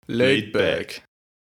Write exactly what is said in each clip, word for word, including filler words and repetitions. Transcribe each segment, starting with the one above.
Laid back.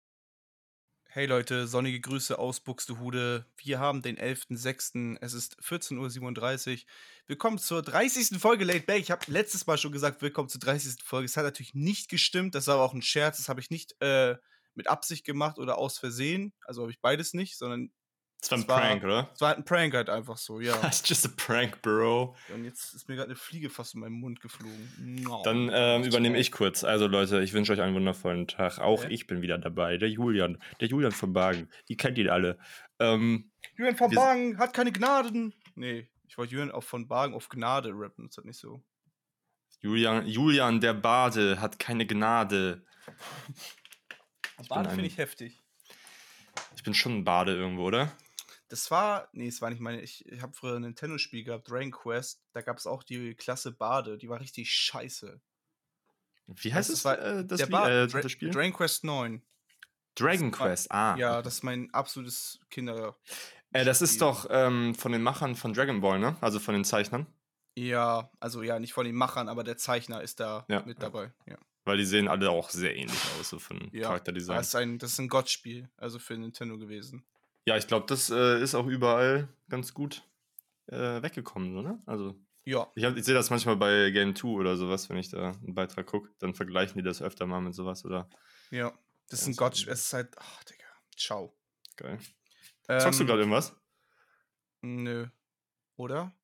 Hey Leute, sonnige Grüße aus Buxtehude. Wir haben den elften sechsten Es ist vierzehn Uhr siebenunddreißig. Willkommen zur dreißigsten Folge Laid Back. Ich habe letztes Mal schon gesagt, willkommen zur dreißigsten Folge. Es hat natürlich nicht gestimmt. Das war aber auch ein Scherz. Das habe ich nicht äh, mit Absicht gemacht oder aus Versehen. Also habe ich beides nicht, sondern Das war ein es war, Prank, oder? es war halt ein Prank halt einfach so, ja. That's just a prank, bro. Und jetzt ist mir gerade eine Fliege fast in meinen Mund geflogen. No, Dann ähm, übernehme ich kurz. Also Leute, ich wünsche euch einen wundervollen Tag. Auch Okay. ich bin wieder dabei. Der Julian. Der Julian von Bagen. Ihr kennt ihn alle. Ähm, Julian von wir- Bagen hat keine Gnaden. Nee, ich wollte Julian auch von Bagen auf Gnade rappen. Das hat nicht so. Julian, Julian, der Bade, hat keine Gnade. Ich bin Bade ein- finde ich heftig. Ich bin schon ein Bade irgendwo, oder? Das war, nee, es war nicht meine, ich, ich habe früher ein Nintendo-Spiel gehabt, Dragon Quest, da gab es auch die Klasse Bade, die war richtig scheiße. Wie heißt Das es, war äh, das, der Wie- Ba- äh, Dra- das Spiel? Dragon Quest neun. Dragon das war- Quest, ah. Ja, das ist mein absolutes Kinder. Äh, das ist Spiel. doch ähm, von den Machern von Dragon Ball, ne? Also von den Zeichnern. Ja, also ja, nicht von den Machern, aber der Zeichner ist da Ja, mit ja. dabei. Ja, Weil die sehen alle auch sehr ähnlich aus, so von ja. Charakterdesign. Das ist ein, das ist ein Gottspiel, also für Nintendo gewesen. Ja, ich glaube, das äh, ist auch überall ganz gut äh, weggekommen, oder? Also, Ja, ich, hab- ich sehe das manchmal bei Game zwei oder sowas, wenn ich da einen Beitrag gucke, dann vergleichen die das öfter mal mit sowas, oder? ja. Das ist Ja, ein ist Gottspiel. Es ist halt, ach, Digga, ciao. Geil. Zockst du Ähm, gerade irgendwas? Nö. Oder?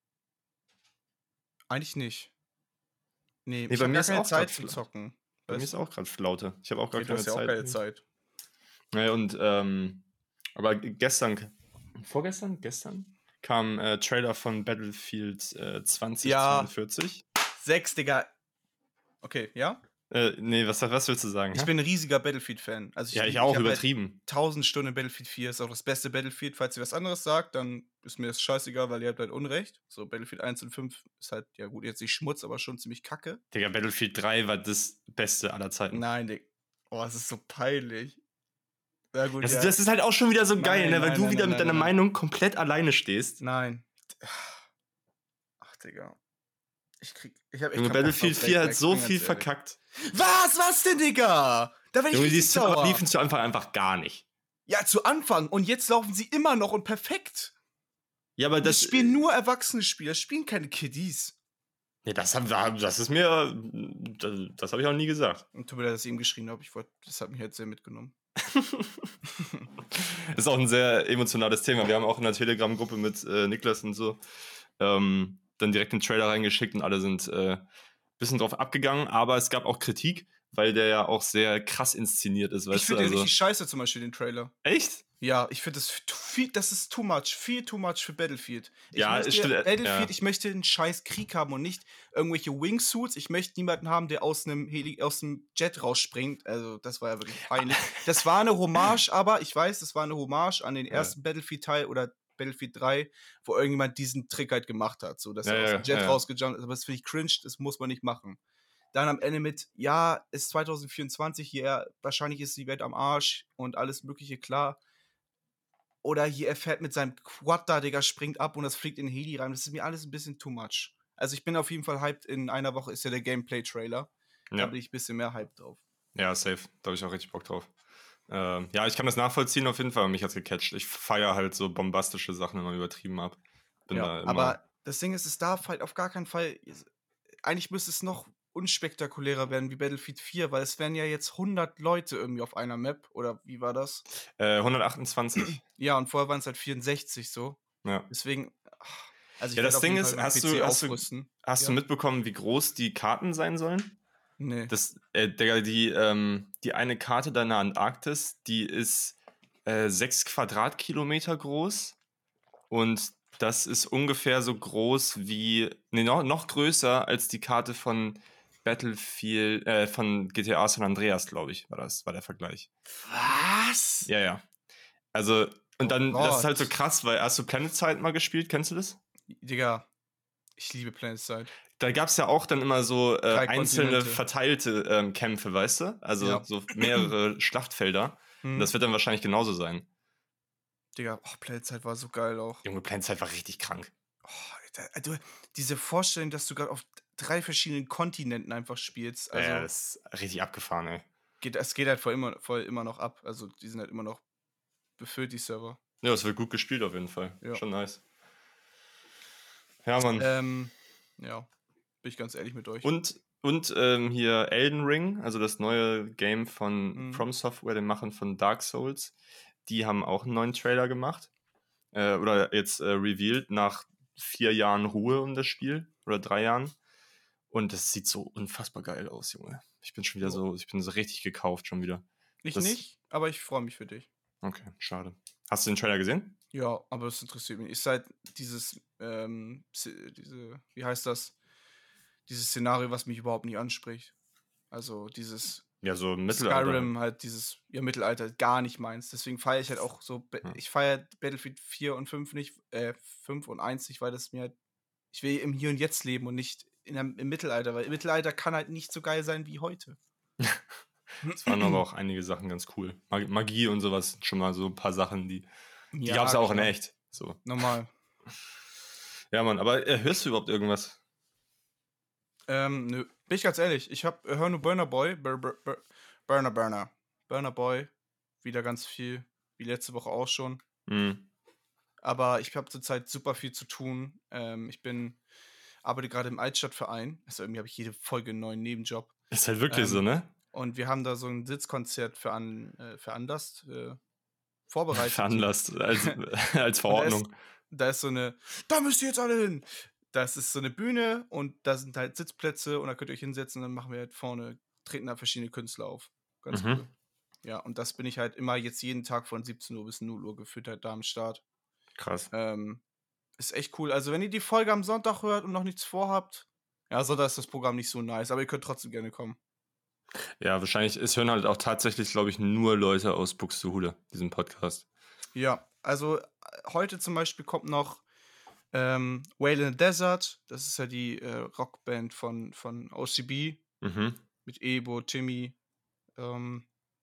Eigentlich nicht. Nee, Nee, ich bei habe mir gar ist keine auch Zeit grad zu fla- zocken. Bei mir Weißt ist du? auch gerade Flaute. Ich habe auch gar Okay, du keine hast ja auch Zeit. keine Zeit. Naja, und, ähm, aber gestern, vorgestern, gestern, kam äh, Trailer von Battlefield äh, zwanzig zweiundvierzig. Sechs, Digga. Okay, ja? Äh, nee, was, was willst du sagen? Ich hä? bin ein riesiger Battlefield-Fan. Also ja, lieb- ich auch, hab übertrieben. Halt tausend Stunden in Battlefield vier ist auch das beste Battlefield. Falls ihr was anderes sagt, dann ist mir das scheißegal, weil ihr habt halt Unrecht. So, Battlefield eins und fünf ist halt, ja gut, jetzt nicht Schmutz, aber schon ziemlich kacke. Digga, Battlefield drei war das Beste aller Zeiten. Nein, Digga. Oh, es ist so peinlich. Ja gut, Das, ja. das ist halt auch schon wieder so Nein, geil, ne? Weil nein, du nein, wieder nein, mit nein, deiner nein. Meinung komplett alleine stehst. Nein. Ach, Digga. Ich krieg. Ich hab echt Junge, keinen Bock Battlefield auf vier hat Playback, so bin ganz viel ehrlich. verkackt. Was? Was denn, Digga? Da bin ich Junge, die richtig Server sauer. liefen zu Anfang einfach gar nicht. Ja, zu Anfang. Und jetzt laufen sie immer noch und perfekt. Ja, aber Das das. spielen nur erwachsene Spieler, das spielen keine Kiddies. Ja, das, hab, das ist mir. Das, das habe ich auch nie gesagt. Und tut mir leid, dass ich ihm geschrien habe. Ich wollt, das hat mich jetzt sehr mitgenommen. Das ist auch ein sehr emotionales Thema. Wir haben auch in der Telegram-Gruppe mit äh, Niklas und so ähm, dann direkt den Trailer reingeschickt und alle sind ein äh, bisschen drauf abgegangen, aber es gab auch Kritik, weil der ja auch sehr krass inszeniert ist, Ich weißt du? finde den Also, richtig scheiße, zum Beispiel, den Trailer. echt? Ja, ich finde das f- viel, das ist too much, viel too much für Battlefield. Ich Ja, möchte, ist still- Battlefield, ja. ich möchte einen scheiß Krieg haben und nicht irgendwelche Wingsuits. Ich möchte niemanden haben, der aus einem Heli aus einem Jet rausspringt. Also, das war ja wirklich peinlich. Das war eine Hommage, aber ich weiß, das war eine Hommage an den Ja. ersten Battlefield-Teil oder Battlefield drei, wo irgendjemand diesen Trick halt gemacht hat, so dass Ja, er aus ja, dem Jet ja. rausgejumpt ist. Aber das finde ich cringe, das muss man nicht machen. Dann am Ende mit, ja, ist zwanzig vierundzwanzig, ja, wahrscheinlich ist die Welt am Arsch und alles Mögliche klar. Oder hier, er fährt mit seinem Quad da, Digga, springt ab und das fliegt in den Heli rein. Das ist mir alles ein bisschen too much. Also ich bin auf jeden Fall hyped. In einer Woche ist ja der Gameplay-Trailer. Da Ja. bin ich ein bisschen mehr hyped drauf. Ja, safe. Da habe ich auch richtig Bock drauf. Ähm, ja, ich kann das nachvollziehen auf jeden Fall. Mich hat's gecatcht. Ich feiere halt so bombastische Sachen immer übertrieben ab. Bin da Ja, immer. aber das Ding ist, es darf halt auf gar keinen Fall. Eigentlich müsste es noch unspektakulärer werden wie Battlefield vier, weil es wären ja jetzt hundert Leute irgendwie auf einer Map. Oder wie war das? Äh, hundertachtundzwanzig. Ja, und vorher waren es halt vierundsechzig so. Ja. Deswegen. ach, Also ich Ja, werd das auf Ding jeden ist, Fall meinen hast P C du, hast du, aufrüsten. hast Ja. du mitbekommen, wie groß die Karten sein sollen? Nee. Das, äh, Digga, die, ähm, die eine Karte da in der Antarktis, die ist äh, sechs Quadratkilometer groß und das ist ungefähr so groß wie, nee, noch, noch größer als die Karte von Battlefield, äh, von G T A San Andreas, glaube ich, war das, war der Vergleich. Was? Ja, ja. Also, und Oh dann, das ist halt so Gott. krass, weil hast du Planet Side mal gespielt, kennst du das? Digga, ich liebe PlanetSide. Da gab es ja auch dann immer so äh, Drei einzelne Kontinente. verteilte ähm, Kämpfe, weißt du? Also Ja. so mehrere Schlachtfelder. Und Hm. das wird dann wahrscheinlich genauso sein. Digga, oh, PlanetSide war so geil auch. Junge, Planet Side war richtig krank. Oh, Alter, du, diese Vorstellung, dass du gerade auf drei verschiedenen Kontinenten einfach spielst. Also, Also, ja, das ist richtig abgefahren, ey. geht, es geht halt voll immer, voll immer noch ab. Also die sind halt immer noch befüllt, die Server. Ja, es wird gut gespielt auf jeden Fall. Ja. Schon nice. Ja, Mann. Ähm, ja, bin ich ganz ehrlich mit euch. Und, und ähm, hier Elden Ring, also das neue Game von Mhm. From Software, den Machen von Dark Souls, die haben auch einen neuen Trailer gemacht. Äh, oder jetzt äh, revealed nach vier Jahren Ruhe um das Spiel. Oder drei Jahren. Und das sieht so unfassbar geil aus, Junge. Ich bin schon wieder Jo. so, ich bin so richtig gekauft schon wieder. Ich Das- nicht, aber ich freue mich für dich. Okay, schade. Hast du den Trailer gesehen? Ja, aber das interessiert mich. Ist halt dieses, ähm, Sze- diese, wie heißt das? Dieses Szenario, was mich überhaupt nicht anspricht. Also dieses Ja, so im Mittelalter. Skyrim, halt dieses, ja, Mittelalter, gar nicht meins. Deswegen feiere ich halt auch so, Ba- Ja. ich feiere Battlefield vier und fünf nicht, äh, fünf und eins nicht, weil das mir halt, ich will im Hier und Jetzt leben und nicht in einem, im Mittelalter, weil im Mittelalter kann halt nicht so geil sein wie heute. Es waren aber auch einige Sachen ganz cool. Mag- Magie und sowas, sind schon mal so ein paar Sachen, die, die Ja, gab es auch in klar. echt. So. Normal. Ja, Mann, aber äh, hörst du überhaupt irgendwas? Ähm, nö. Bin ich ganz ehrlich, ich hab, hör nur Burner Boy, Bur Bur Bur Burner Burner. Burner Boy, wieder ganz viel, wie letzte Woche auch schon. Hm. Aber ich habe zurzeit super viel zu tun. Ähm, ich bin, arbeite gerade im Altstadtverein. Also irgendwie habe ich jede Folge einen neuen Nebenjob. Ist halt wirklich Ähm, so, ne? Und wir haben da so ein Sitzkonzert für an, äh, veranlasst, äh, vorbereitet. Veranlasst, als, als Und da ist, Verordnung. da ist so eine, da müsst ihr jetzt alle hin. Das ist so eine Bühne und da sind halt Sitzplätze und da könnt ihr euch hinsetzen und dann machen wir halt vorne, treten da verschiedene Künstler auf. Ganz Mhm. cool. Ja, und das bin ich halt immer jetzt jeden Tag von siebzehn Uhr bis null Uhr gefühlt halt da am Start. Krass. Ähm, ist echt cool. Also, wenn ihr die Folge am Sonntag hört und noch nichts vorhabt, ja, Sonntag ist das Programm nicht so nice, aber ihr könnt trotzdem gerne kommen. Ja, wahrscheinlich, es hören halt auch tatsächlich, glaube ich, nur Leute aus Buxtehude, diesen Podcast. Ja, also äh, heute zum Beispiel kommt noch ähm, Wail in the Desert. Das ist ja die äh, Rockband von, von O C B Mhm. mit Ebo, Timmy. Ähm,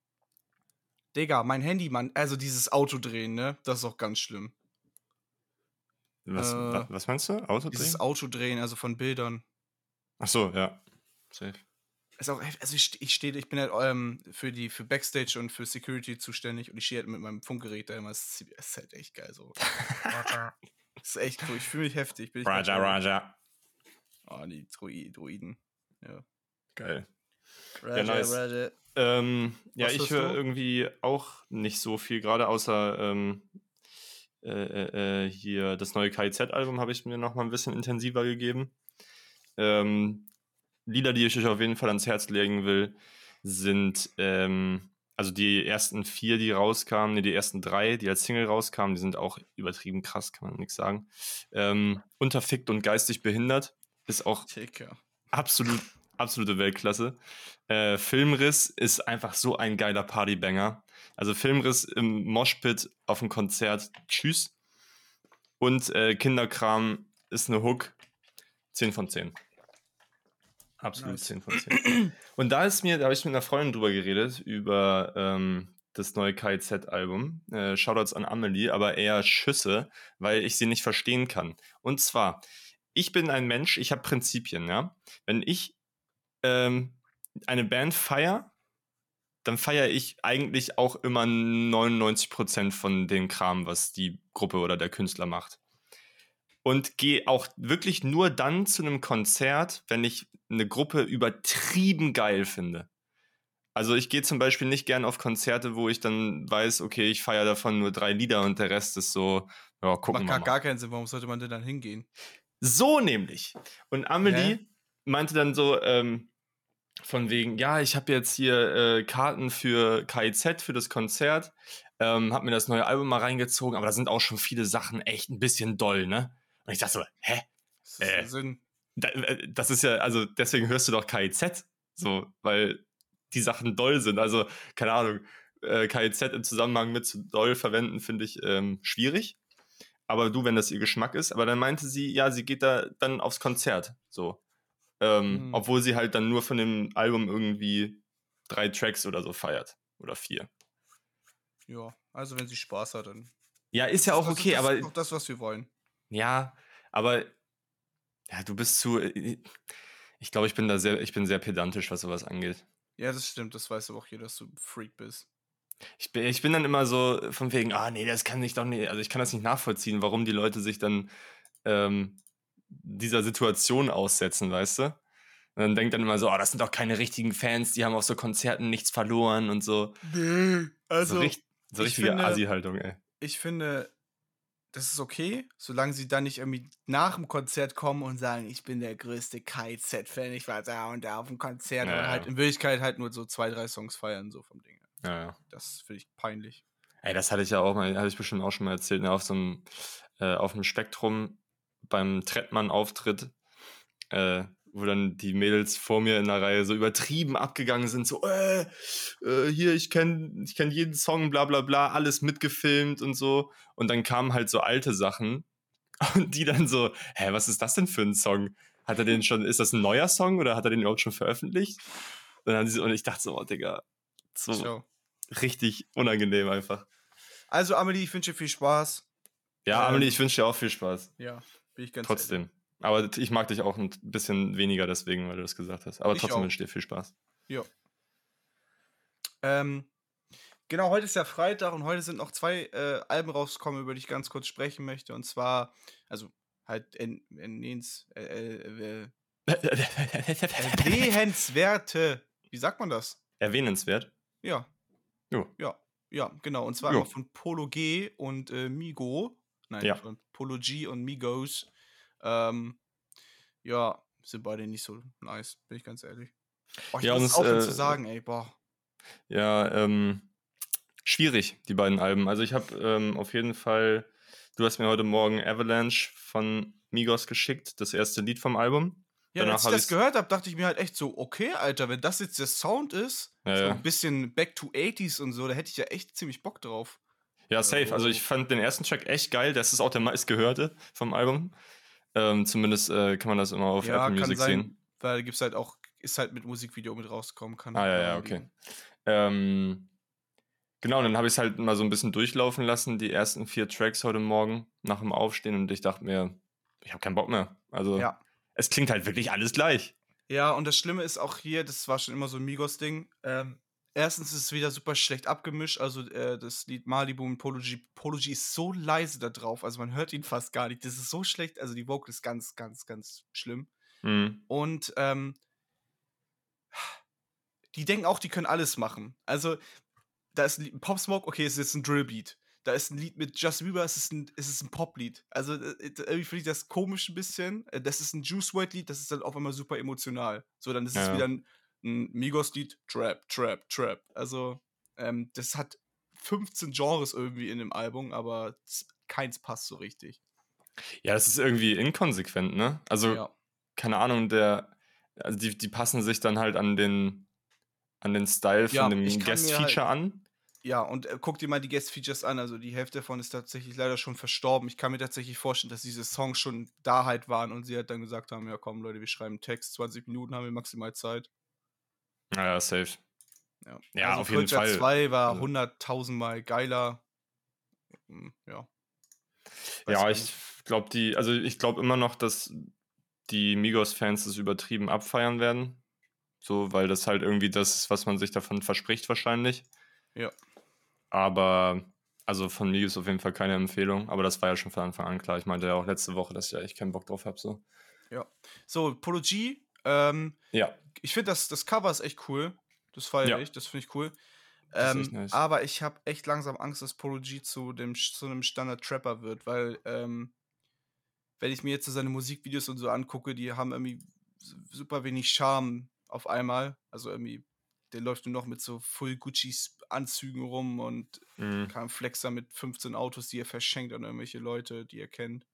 Digga, mein Handy, Mann. Also dieses Autodrehen, ne? Das ist auch ganz schlimm. Was, Äh, wa- was meinst du? Autodrehen? Dieses Autodrehen, also von Bildern. Ach so, ja. Safe. Ist auch, also ich, ste- ich stehe, ich bin halt ähm, für die für Backstage und für Security zuständig und ich stehe halt mit meinem Funkgerät da immer. Das ist, das ist halt echt geil so. Das ist echt cool. Ich fühle mich heftig. Bin ich ganz Raja, ehrlich. Raja. Ah, die Drui Druiden. Ja. Geil. Raja, nice. Raja. Ähm, ja, Was ich hörst höre du? irgendwie auch nicht so viel, gerade außer ähm, äh, äh, äh, hier das neue K I Z-Album habe ich mir noch mal ein bisschen intensiver gegeben. Ähm, Lieder, die ich euch auf jeden Fall ans Herz legen will, sind ähm, also die ersten vier, die rauskamen, nee, die ersten drei, die als Single rauskamen, die sind auch übertrieben krass, kann man nichts sagen. Ähm, Unterfickt und geistig behindert ist auch Dicker. absolut, absolute Weltklasse. Äh, Filmriss ist einfach so ein geiler Partybanger. Also Filmriss im Moshpit auf dem Konzert, tschüss. Und äh, Kinderkram ist eine Hook, zehn von zehn. Absolut Nice. zehn von zehn. Und da ist mir, da habe ich mit einer Freundin drüber geredet, über ähm, das neue K I Z-Album. Äh, Shoutouts an Amelie, aber eher Schüsse, weil ich sie nicht verstehen kann. Und zwar, ich bin ein Mensch, ich habe Prinzipien, ja. Wenn ich ähm, eine Band feiere, dann feiere ich eigentlich auch immer neunundneunzig Prozent von dem Kram, was die Gruppe oder der Künstler macht. Und gehe auch wirklich nur dann zu einem Konzert, wenn ich eine Gruppe übertrieben geil finde. Also ich gehe zum Beispiel nicht gern auf Konzerte, wo ich dann weiß, okay, ich feiere davon nur drei Lieder und der Rest ist so, ja, gucken Macht wir gar, mal. gar keinen Sinn. Warum sollte man denn dann hingehen? So nämlich. Und Amelie Hä? meinte dann so, ähm, von wegen, ja, ich habe jetzt hier äh, Karten für K I Z, für das Konzert, ähm, habe mir das neue Album mal reingezogen, aber da sind auch schon viele Sachen echt ein bisschen doll, ne? Und ich dachte so, hä? Das ist Äh, der Sinn. Da, äh, das ist ja, also deswegen hörst du doch K I Z, so, weil die Sachen doll sind. Also, keine Ahnung, äh, K I Z im Zusammenhang mit zu doll verwenden, finde ich ähm, schwierig. Aber du, wenn das ihr Geschmack ist. Aber dann meinte sie, ja, sie geht da dann aufs Konzert, so. Ähm, Hm. Obwohl sie halt dann nur von dem Album irgendwie drei Tracks oder so feiert. Oder vier. Ja, also wenn sie Spaß hat, dann. Ja, ist ja Das- auch das- okay, das aber. ist doch das, was wir wollen. Ja, aber. Ja, du bist zu. Ich glaube, ich bin da sehr, ich bin sehr pedantisch, was sowas angeht. Ja, das stimmt, das weiß aber auch jeder, dass du ein Freak bist. Ich bin, ich bin dann immer so von wegen, ah nee, das kann ich doch nicht, also ich kann das nicht nachvollziehen, warum die Leute sich dann ähm, dieser Situation aussetzen, weißt du? Und dann denkt dann immer so, oh, das sind doch keine richtigen Fans, die haben auf so Konzerten nichts verloren und so. Nee. So, Also, richt, so ich richtige finde, Assi-Haltung, ey. ich finde, das ist okay, solange sie dann nicht irgendwie nach dem Konzert kommen und sagen, ich bin der größte K I Z-Fan, ich war da und da auf dem Konzert, aber halt Ja, in Wirklichkeit halt nur so zwei, drei Songs feiern, so vom Ding her. ja, ja. Das finde ich peinlich. Ey, das hatte ich ja auch mal, hatte ich bestimmt auch schon mal erzählt, ne, auf so einem, äh, auf dem Spektrum beim Trettmann-Auftritt, äh, wo dann die Mädels vor mir in der Reihe so übertrieben abgegangen sind, so, äh, äh hier, ich kenne ich kenn jeden Song, bla bla bla, alles mitgefilmt und so. Und dann kamen halt so alte Sachen und die dann so, hä, was ist das denn für ein Song? Hat er den schon, ist das ein neuer Song oder hat er den überhaupt schon veröffentlicht? Und, dann, und ich dachte so, oh Digga, so Ciao. richtig unangenehm einfach. Also, Amelie, ich wünsche dir viel Spaß. Ja, Ähm, Amelie, ich wünsche dir auch viel Spaß. Ja, bin ich ganz Trotzdem. ehrlich. Aber ich mag dich auch ein bisschen weniger deswegen, weil du das gesagt hast. Aber Ich trotzdem auch. wünsche ich dir viel Spaß. Ja. Ähm, genau, heute ist ja Freitag und heute sind noch zwei äh, Alben rausgekommen, über die ich ganz kurz sprechen möchte. Und zwar, also halt in, in, ins, äh, äh, äh, erwähnenswerte, wie sagt man das? Erwähnenswert. Ja, Jo. ja, ja, genau. Und zwar Jo. einmal von Polo G und äh, Migo. Nein, Ja. von Polo G und Migos. Ähm, ja, sind beide nicht so nice, bin ich ganz ehrlich. Oh, ich Ja, muss und es es, aufhören äh, zu sagen, ey, boah. Ja, ähm, schwierig, die beiden Alben. Also ich habe ähm, auf jeden Fall, du hast mir heute Morgen Avalanche von Migos geschickt, das erste Lied vom Album. Ja, Danach als ich habe das ich gehört habe, dachte ich mir halt echt so, okay, Alter, wenn das jetzt der Sound ist, ja, so ja. ein bisschen Back to eighties und so, da hätte ich ja echt ziemlich Bock drauf. Ja, safe. Also ich Also, fand den ersten Track echt geil. Das ist auch der meistgehörte vom Album. Ähm, zumindest äh, kann man das immer auf ja, Apple kann Music sein, sehen. weil gibt's halt auch, ist halt mit Musikvideo mit rausgekommen, kann, Ah ja, kann ja, daran okay. liegen. Ähm, genau, und dann habe ich es halt mal so ein bisschen durchlaufen lassen, die ersten vier Tracks heute Morgen nach dem Aufstehen und ich dachte mir, ich habe keinen Bock mehr. Also Ja. es klingt halt wirklich alles gleich. Ja, und das Schlimme ist auch hier, das war schon immer so ein Migos-Ding. Ähm, erstens ist es wieder super schlecht abgemischt. Also äh, das Lied Malibu und Polo G. Polo G ist so leise da drauf, also man hört ihn fast gar nicht. Das ist so schlecht, also die Vocal ist ganz, ganz, ganz schlimm. Mhm. Und ähm, die denken auch, die können alles machen. Also da ist ein Lied, Pop Smoke, okay, es ist jetzt ein Drillbeat. Da ist ein Lied mit Justin Bieber, es ist ein, es ist ein Poplied. Also äh, irgendwie finde ich das komisch ein bisschen. Äh, Das ist ein Juice WRLD-Lied, das ist dann auf einmal super emotional. So, dann ist es Ja, wieder ja. ein, ein Migos-Lied, Trap, Trap, Trap. Also, ähm, das hat fünfzehn Genres irgendwie in dem Album, aber z- keins passt so richtig. Ja, das ist irgendwie inkonsequent, ne? Also, Ja. keine Ahnung, der, also die, die passen sich dann halt an den, an den Style von Ja, ich dem kann mir halt, Guest-Feature an. ja, und äh, guck dir mal die Guest-Features an. Also die Hälfte davon ist tatsächlich leider schon verstorben. Ich kann mir tatsächlich vorstellen, dass diese Songs schon da halt waren und sie halt dann gesagt haben, ja komm Leute, wir schreiben einen Text, zwanzig Minuten haben wir maximal Zeit. Ja, safe. Ja. Ja, Also auf jeden Culture Fall. zwei war Also, hunderttausendmal geiler. Hm, Ja, weiß ja, gar ich nicht. glaube, die, also ich glaube immer noch, dass die Migos-Fans das übertrieben abfeiern werden. So, weil das halt irgendwie das ist, was man sich davon verspricht, wahrscheinlich. Ja. Aber, also von Migos auf jeden Fall keine Empfehlung. Aber das war ja schon von Anfang an klar. Ich meinte ja auch letzte Woche, dass ich ja echt keinen Bock drauf habe. So. Ja. So, Polo G, ähm, Ja, ich finde das, das Cover ist echt cool. Das feiere ja, ich, das finde ich cool. das ist echt Ähm, nice. aber ich habe echt langsam Angst, dass Polo G zu, dem, zu einem Standard-Trapper wird, weil, ähm, wenn ich mir jetzt so seine Musikvideos und so angucke, die haben irgendwie s- super wenig Charme auf einmal. Also irgendwie, der läuft nur noch mit so Full Gucci's Anzügen rum und Mhm. kein Flexer mit fünfzehn Autos, die er verschenkt an irgendwelche Leute, die er kennt.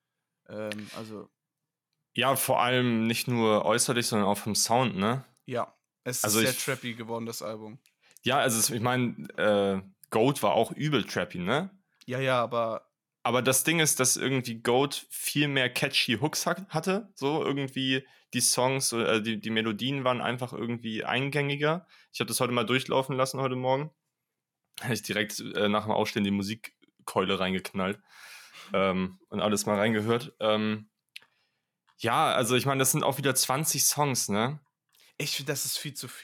Ähm, also, Ja, vor allem nicht nur äußerlich, sondern auch vom Sound, ne? ja, es Also ist sehr ich, trappy geworden, das Album. ja, also es- ich meine, äh, Goat war auch übel trappy, ne? Ja, ja, aber Aber das Ding ist, dass irgendwie Goat viel mehr catchy Hooks hat, hatte. So irgendwie die Songs, äh, die, die Melodien waren einfach irgendwie eingängiger. Ich habe das heute mal durchlaufen lassen, heute Morgen. Habe ich direkt äh, nach dem Aufstehen die Musikkeule reingeknallt ähm, und alles mal reingehört. Ähm, ja, also ich meine, das sind auch wieder zwanzig Songs, ne? ich finde, das ist viel zu viel.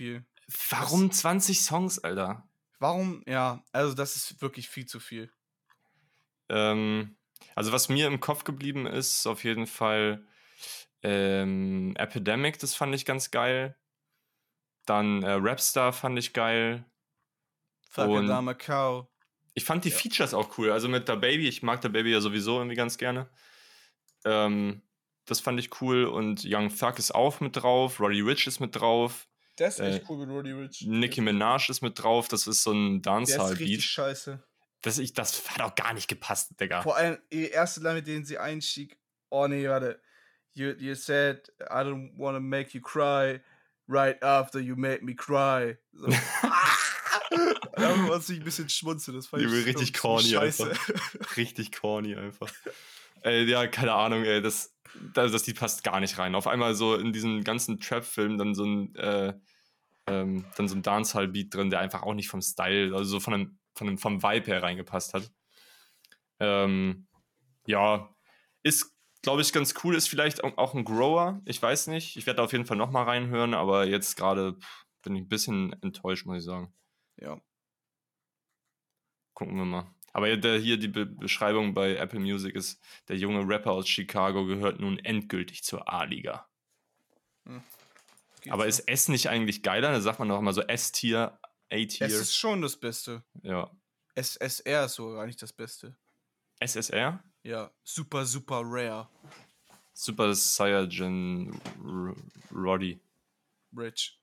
Warum zwanzig Songs, Alter? Warum? Ja, also das ist wirklich viel zu viel. Ähm, also was mir im Kopf geblieben ist, ist auf jeden Fall ähm, Epidemic, das fand ich ganz geil. Dann äh, Rapstar fand ich geil. Fuck it, Und I'm a cow. ich fand die Ja. Features auch cool. Also mit Da Baby, ich mag Da Baby ja sowieso irgendwie ganz gerne. Ähm, das fand ich cool. Und Young Thug ist auch mit drauf. Roddy Ricch ist mit drauf. Der ist Äh, echt cool mit Roddy Ricch. Nicki Minaj ist mit drauf. Das ist so ein Der ist richtig Dancehall-Beat. scheiße. Das, ich, das hat auch gar nicht gepasst, Digga. Vor allem die erste Line, mit denen sie einstieg. Oh nee, warte. You, you said, I don't wanna make you cry right after you made me cry. So. Da muss ich ein bisschen schmunzeln. Das fand Die ich richtig so corny scheiße. einfach. Richtig corny einfach. Ey, ja, keine Ahnung, ey, das, das, das, die passt gar nicht rein. Auf einmal so in diesem ganzen Trap-Film dann so ein, äh, ähm, dann so ein Dancehall-Beat drin, der einfach auch nicht vom Style, also so von dem, von dem, vom Vibe her reingepasst hat. Ähm, ja, ist, glaube ich, ganz cool, ist vielleicht auch ein Grower, ich weiß nicht. Ich werde da auf jeden Fall nochmal reinhören, aber jetzt gerade bin ich ein bisschen enttäuscht, muss ich sagen. Ja. Gucken wir mal. Aber der, hier die Be- Beschreibung bei Apple Music ist, der junge Rapper aus Chicago gehört nun endgültig zur A-Liga. Hm. Aber so. ist S nicht eigentlich geiler? Da sagt man doch immer so S-Tier, A-Tier. Es ist schon das Beste. Ja. S S R ist sogar nicht das Beste. S S R? Ja, super, super rare. Super Saiyan R- Roddy. Rich.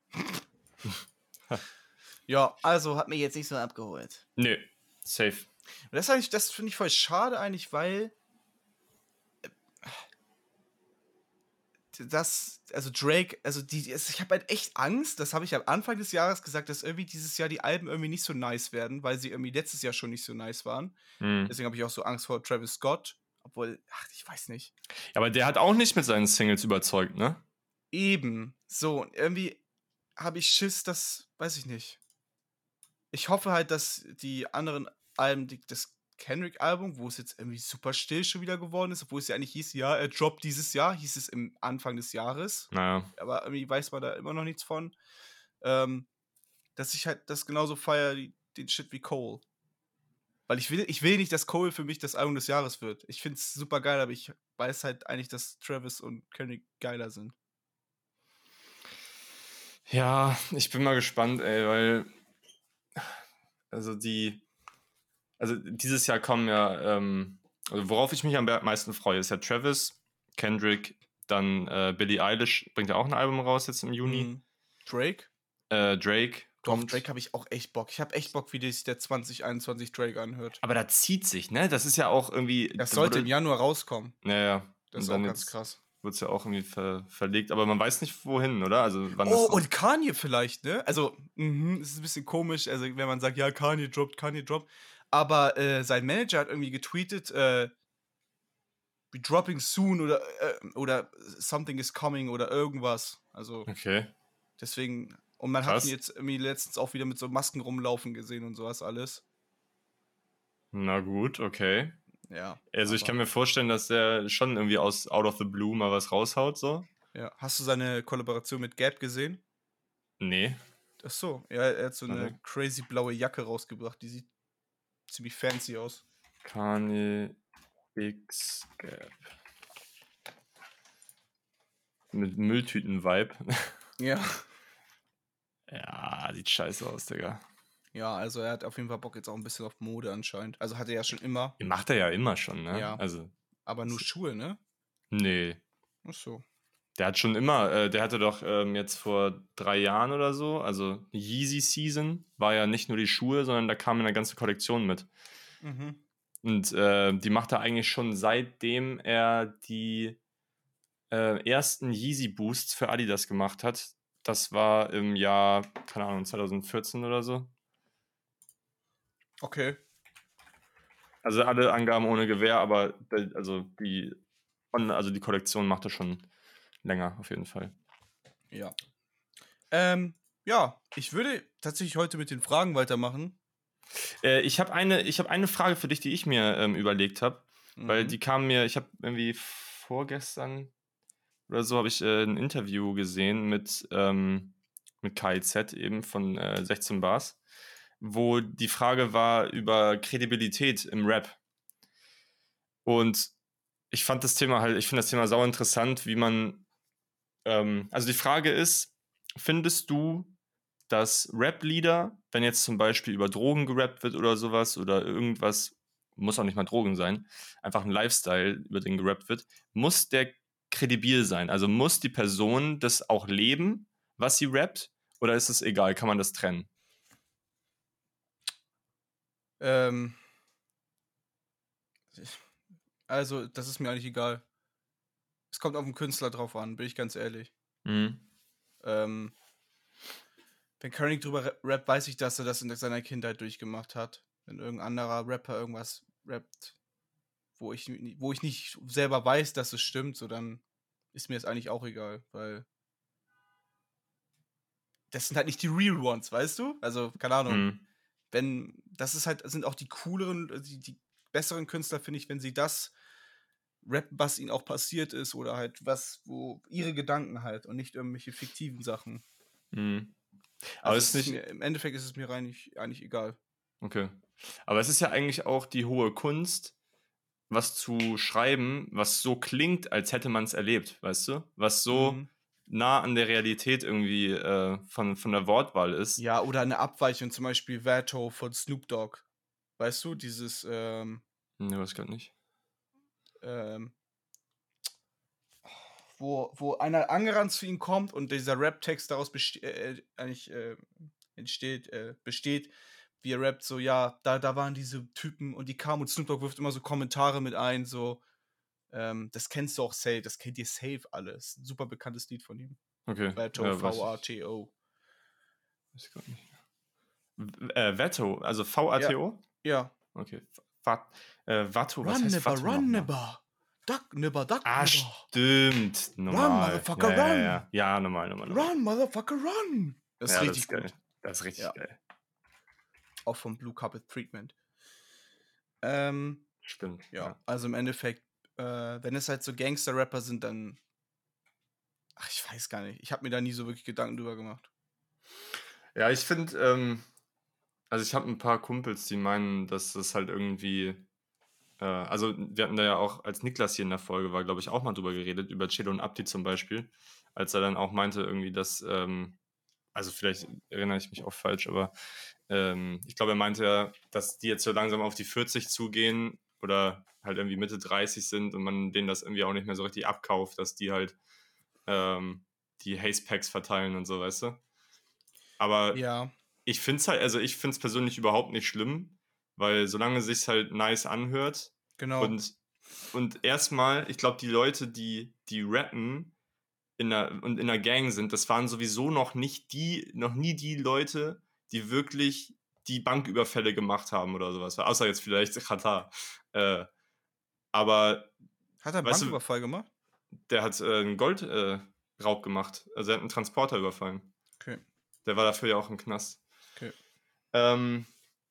Ja, also hat mich jetzt nicht so abgeholt. Nö, safe. Und das, eigentlich- das finde ich voll schade eigentlich, weil das, also Drake, also die, ich habe halt echt Angst, das habe ich am Anfang des Jahres gesagt, dass irgendwie dieses Jahr die Alben irgendwie nicht so nice werden, weil sie irgendwie letztes Jahr schon nicht so nice waren. Hm. Deswegen habe ich auch so Angst vor Travis Scott, obwohl, ach, ich weiß nicht. Ja, aber der hat auch nicht mit seinen Singles überzeugt, ne? Eben, so, und irgendwie habe ich Schiss, das, weiß ich nicht. Ich hoffe halt, dass die anderen Alben, die, das Kendrick-Album, wo es jetzt irgendwie super still schon wieder geworden ist, obwohl es ja eigentlich hieß, ja, er droppt dieses Jahr, hieß es im Anfang des Jahres. Naja. Aber irgendwie weiß man da immer noch nichts von. Ähm, dass ich halt das genauso feiere, die- den Shit wie Cole. Weil ich will, ich will nicht, dass Cole für mich das Album des Jahres wird. Ich finde es super geil, aber ich weiß halt eigentlich, dass Travis und Kendrick geiler sind. Ja, ich bin mal gespannt, ey, weil also die also dieses Jahr kommen ja ähm, also worauf ich mich am meisten freue, ist ja Travis, Kendrick, dann äh, Billie Eilish bringt ja auch ein Album raus jetzt im Juni. Mhm. Drake? Äh, Drake Doch, kommt. Drake habe ich auch echt Bock. Ich habe echt Bock, wie sich der zwanzig einundzwanzig Drake anhört. Aber da zieht sich, ne? Das ist ja auch irgendwie. Das sollte im Januar rauskommen. Naja. Das ist auch ganz krass. Wird es ja auch irgendwie ver verlegt, aber man weiß nicht wohin, oder? Also wann Oh, das und Kanye vielleicht, ne? Also, mhm, es ist ein bisschen komisch, also wenn man sagt, ja, Kanye droppt, Kanye droppt. Aber äh, sein Manager hat irgendwie getweetet, äh, we dropping soon oder, äh, oder something is coming oder irgendwas. Also, okay. Deswegen, und man Krass. hat ihn jetzt irgendwie letztens auch wieder mit so Masken rumlaufen gesehen und sowas alles. Na gut, okay. Ja. Also ich kann mir vorstellen, dass der schon irgendwie aus Out of the Blue mal was raushaut, so. Ja. Hast du seine Kollaboration mit Gap gesehen? Nee. Ach so, ja, er hat so eine Okay. crazy blaue Jacke rausgebracht, die sieht ziemlich fancy aus. Kanye X Gap. Mit Mülltüten-Vibe. Ja. Ja, sieht scheiße aus, Digga. Ja, also er hat auf jeden Fall Bock jetzt auch ein bisschen auf Mode anscheinend. Also hat er ja schon immer. Macht er ja immer schon, ne? Ja. Also. Aber nur Schuhe, ne? Nee. Ach so. Der hat schon immer, äh, der hatte doch ähm, jetzt vor drei Jahren oder so, also Yeezy Season, war ja nicht nur die Schuhe, sondern da kam eine ganze Kollektion mit. Mhm. Und äh, die macht er eigentlich schon seitdem er die äh, ersten Yeezy Boosts für Adidas gemacht hat. Das war im Jahr, keine Ahnung, zwanzig vierzehn oder so. Okay. Also alle Angaben ohne Gewähr, aber der- also die, also die Kollektion macht er schon länger auf jeden Fall. Ja. Ähm, ja, ich würde tatsächlich heute mit den Fragen weitermachen. Äh, ich habe eine, ich hab eine Frage für dich, die ich mir ähm, überlegt habe, Mhm. weil die kam mir, ich habe irgendwie vorgestern oder so, habe ich äh, ein Interview gesehen mit ähm, mit K I Z eben von äh, sechzehn Bars, wo die Frage war über Kredibilität im Rap. Und ich fand das Thema halt, ich finde das Thema sau interessant, wie man, ähm, also die Frage ist, findest du, dass Rap-Lieder, wenn jetzt zum Beispiel über Drogen gerappt wird oder sowas oder irgendwas, muss auch nicht mal Drogen sein, einfach ein Lifestyle, über den gerappt wird, muss der kredibil sein? Also muss die Person das auch leben, was sie rappt, oder ist es egal, kann man das trennen? Ähm, also, das ist mir eigentlich egal. Es kommt auf den Künstler drauf an, bin ich ganz ehrlich. Mhm. Ähm, wenn König drüber ra- rappt, weiß ich, dass er das in seiner Kindheit durchgemacht hat. Wenn irgendein anderer Rapper irgendwas rappt, wo ich, ni- wo ich nicht selber weiß, dass es stimmt, so dann ist mir das eigentlich auch egal, weil das sind halt nicht die Real Ones, weißt du? Also, keine Ahnung. Mhm. Wenn, das ist halt, sind auch die cooleren, die, die besseren Künstler, finde ich, wenn sie das rappen, was ihnen auch passiert ist oder halt was, wo ihre Gedanken halt und nicht irgendwelche fiktiven Sachen. Mhm. Aber Also es es ist ist nicht, mir, im Endeffekt ist es mir eigentlich, eigentlich egal. okay. Aber es ist ja eigentlich auch die hohe Kunst, was zu schreiben, was so klingt, als hätte man es erlebt, weißt du? Was so Mhm. nah an der Realität irgendwie äh, von, von der Wortwahl ist. Ja, oder eine Abweichung, zum Beispiel Vato von Snoop Dogg. Weißt du, dieses, ähm, Ne, weiß grad nicht. ähm, wo, wo einer angerannt zu ihm kommt und dieser Rap-Text daraus beste äh, eigentlich äh, entsteht, äh, besteht, wie er rappt, so, ja, da, da waren diese Typen und die kamen und Snoop Dogg wirft immer so Kommentare mit ein, so, ähm, das kennst du auch safe, das kennt ihr safe alles. Ein super bekanntes Lied von ihm. Okay, Vato, ja, weiß ich, V A T O. weiß ich grad nicht. W- Äh, Veto, also Ja, V A T O? ja. Okay. Vat, äh, Vato, was Run, heißt nibber, Vato run, nochmal? nibber. Duck, nibber, duck, Ah, nibber. stimmt. Run, Normal. Ja, motherfucker, ja, run. ja. Ja, normal, normal, normal. Run, motherfucker, run. Das ist Ja, das richtig ist geil. gut. Das ist richtig Ja, geil. auch vom Blue Carpet Treatment. Ähm, Stimmt, ja, ja. also im Endeffekt, äh, wenn es halt so Gangster-Rapper sind, dann. Ach, ich weiß gar nicht. Ich habe mir da nie so wirklich Gedanken drüber gemacht. Ja, ich finde, ähm, also ich habe ein paar Kumpels, die meinen, dass das halt irgendwie, äh, also wir hatten da ja auch, als Niklas hier in der Folge war, glaube ich, auch mal drüber geredet, über Chelo und Abdi zum Beispiel, als er dann auch meinte irgendwie, dass, ähm, also vielleicht erinnere ich mich auch falsch, aber ähm, ich glaube, er meinte ja, dass die jetzt so langsam auf die vierzig zugehen oder halt irgendwie Mitte dreißig sind und man denen das irgendwie auch nicht mehr so richtig abkauft, dass die halt ähm, die Haze Packs verteilen und so, weißt du? Aber Ja, ich finde es halt, also ich finde es persönlich überhaupt nicht schlimm, weil solange es sich halt nice anhört genau. und, und erstmal, ich glaube, die Leute, die, die rappen in der, und in der Gang sind, das waren sowieso noch nicht die, noch nie die Leute, die wirklich die Banküberfälle gemacht haben oder sowas. Außer jetzt vielleicht Katar. Äh, aber, Hat er einen weißt du, Banküberfall gemacht? der hat äh, einen Goldraub äh, Raub gemacht. Also er hat einen Transporter überfallen. Okay, Der war dafür ja auch im Knast. okay. Ähm,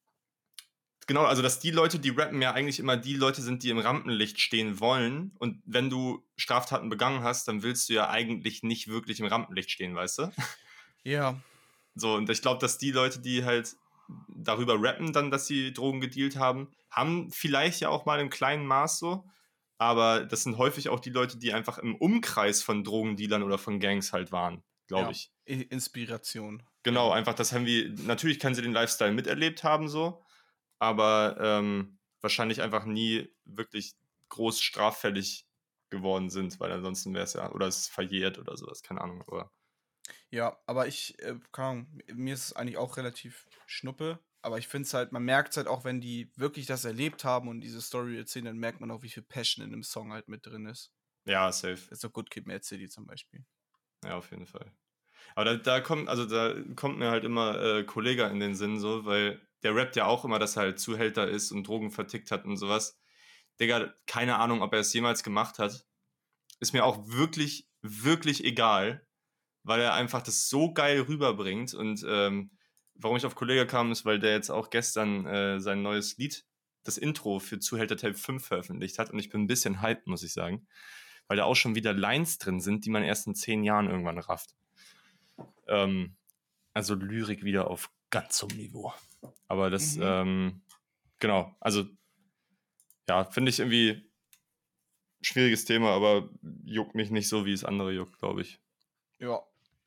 genau, also dass die Leute, die rappen, ja eigentlich immer die Leute sind, die im Rampenlicht stehen wollen. Und wenn du Straftaten begangen hast, dann willst du ja eigentlich nicht wirklich im Rampenlicht stehen, weißt du? Ja, So, und ich glaube, dass die Leute, die halt darüber rappen, dann, dass sie Drogen gedealt haben, haben vielleicht ja auch mal im kleinen Maß so. Aber das sind häufig auch die Leute, die einfach im Umkreis von Drogendealern oder von Gangs halt waren, glaube ja. ich. I Inspiration. Genau, Ja. einfach das haben wir, natürlich können sie den Lifestyle miterlebt haben so, aber ähm, wahrscheinlich einfach nie wirklich groß straffällig geworden sind, weil ansonsten wäre es ja, oder es ist verjährt oder sowas, keine Ahnung, aber Ja, aber ich, äh, keine Ahnung, mir ist es eigentlich auch relativ schnuppe. Aber ich finde es halt, man merkt es halt auch, wenn die wirklich das erlebt haben und diese Story erzählen, dann merkt man auch, wie viel Passion in dem Song halt mit drin ist. ja, safe. Das ist so Good Kid, Mad City zum Beispiel. Ja, auf jeden Fall. Aber da, da kommt, also da kommt mir halt immer äh, Kollega in den Sinn, so, weil der rappt ja auch immer, dass er halt Zuhälter ist und Drogen vertickt hat und sowas. Digga, keine Ahnung, ob er es jemals gemacht hat. Ist mir auch wirklich, wirklich egal, weil er einfach das so geil rüberbringt. Und ähm, warum ich auf Kollega kam, ist, weil der jetzt auch gestern äh, sein neues Lied, das Intro für Zuhälter Tape fünf veröffentlicht hat. Und ich bin ein bisschen hyped, muss ich sagen. Weil da auch schon wieder Lines drin sind, die man erst in zehn Jahren irgendwann rafft. Ähm, Also Lyrik wieder auf ganz hohem Niveau. Aber das, Mhm. ähm, genau, also ja, finde ich irgendwie schwieriges Thema, aber juckt mich nicht so, wie es andere juckt, glaube ich. Ja.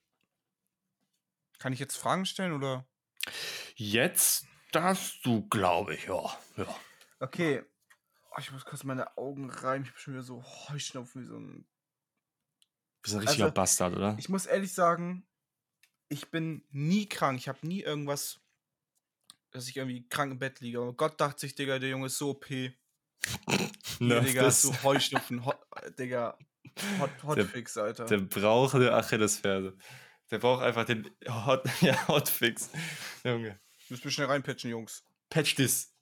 Kann ich jetzt Fragen stellen oder? Jetzt darfst du, glaube ich, ja. ja. Okay. Oh, ich muss kurz meine Augen reiben. Ich bin schon wieder so Heuschnupfen wie so ein. Du bist ein richtiger Also, Bastard, oder? ich muss ehrlich sagen, ich bin nie krank. Ich habe nie irgendwas, dass ich irgendwie krank im Bett liege. Aber Gott dachte sich, Digga, der Junge ist so O P. Hier, Nervt Digga, hast es. du Heuschnupfen. Hot, äh, Digga, Hot, Der, Hotfix, Alter. der braucht eine Achillesferse. Der braucht einfach den Hot, ja, Hotfix. Junge. Müssen wir schnell reinpatchen, Jungs. Patch this.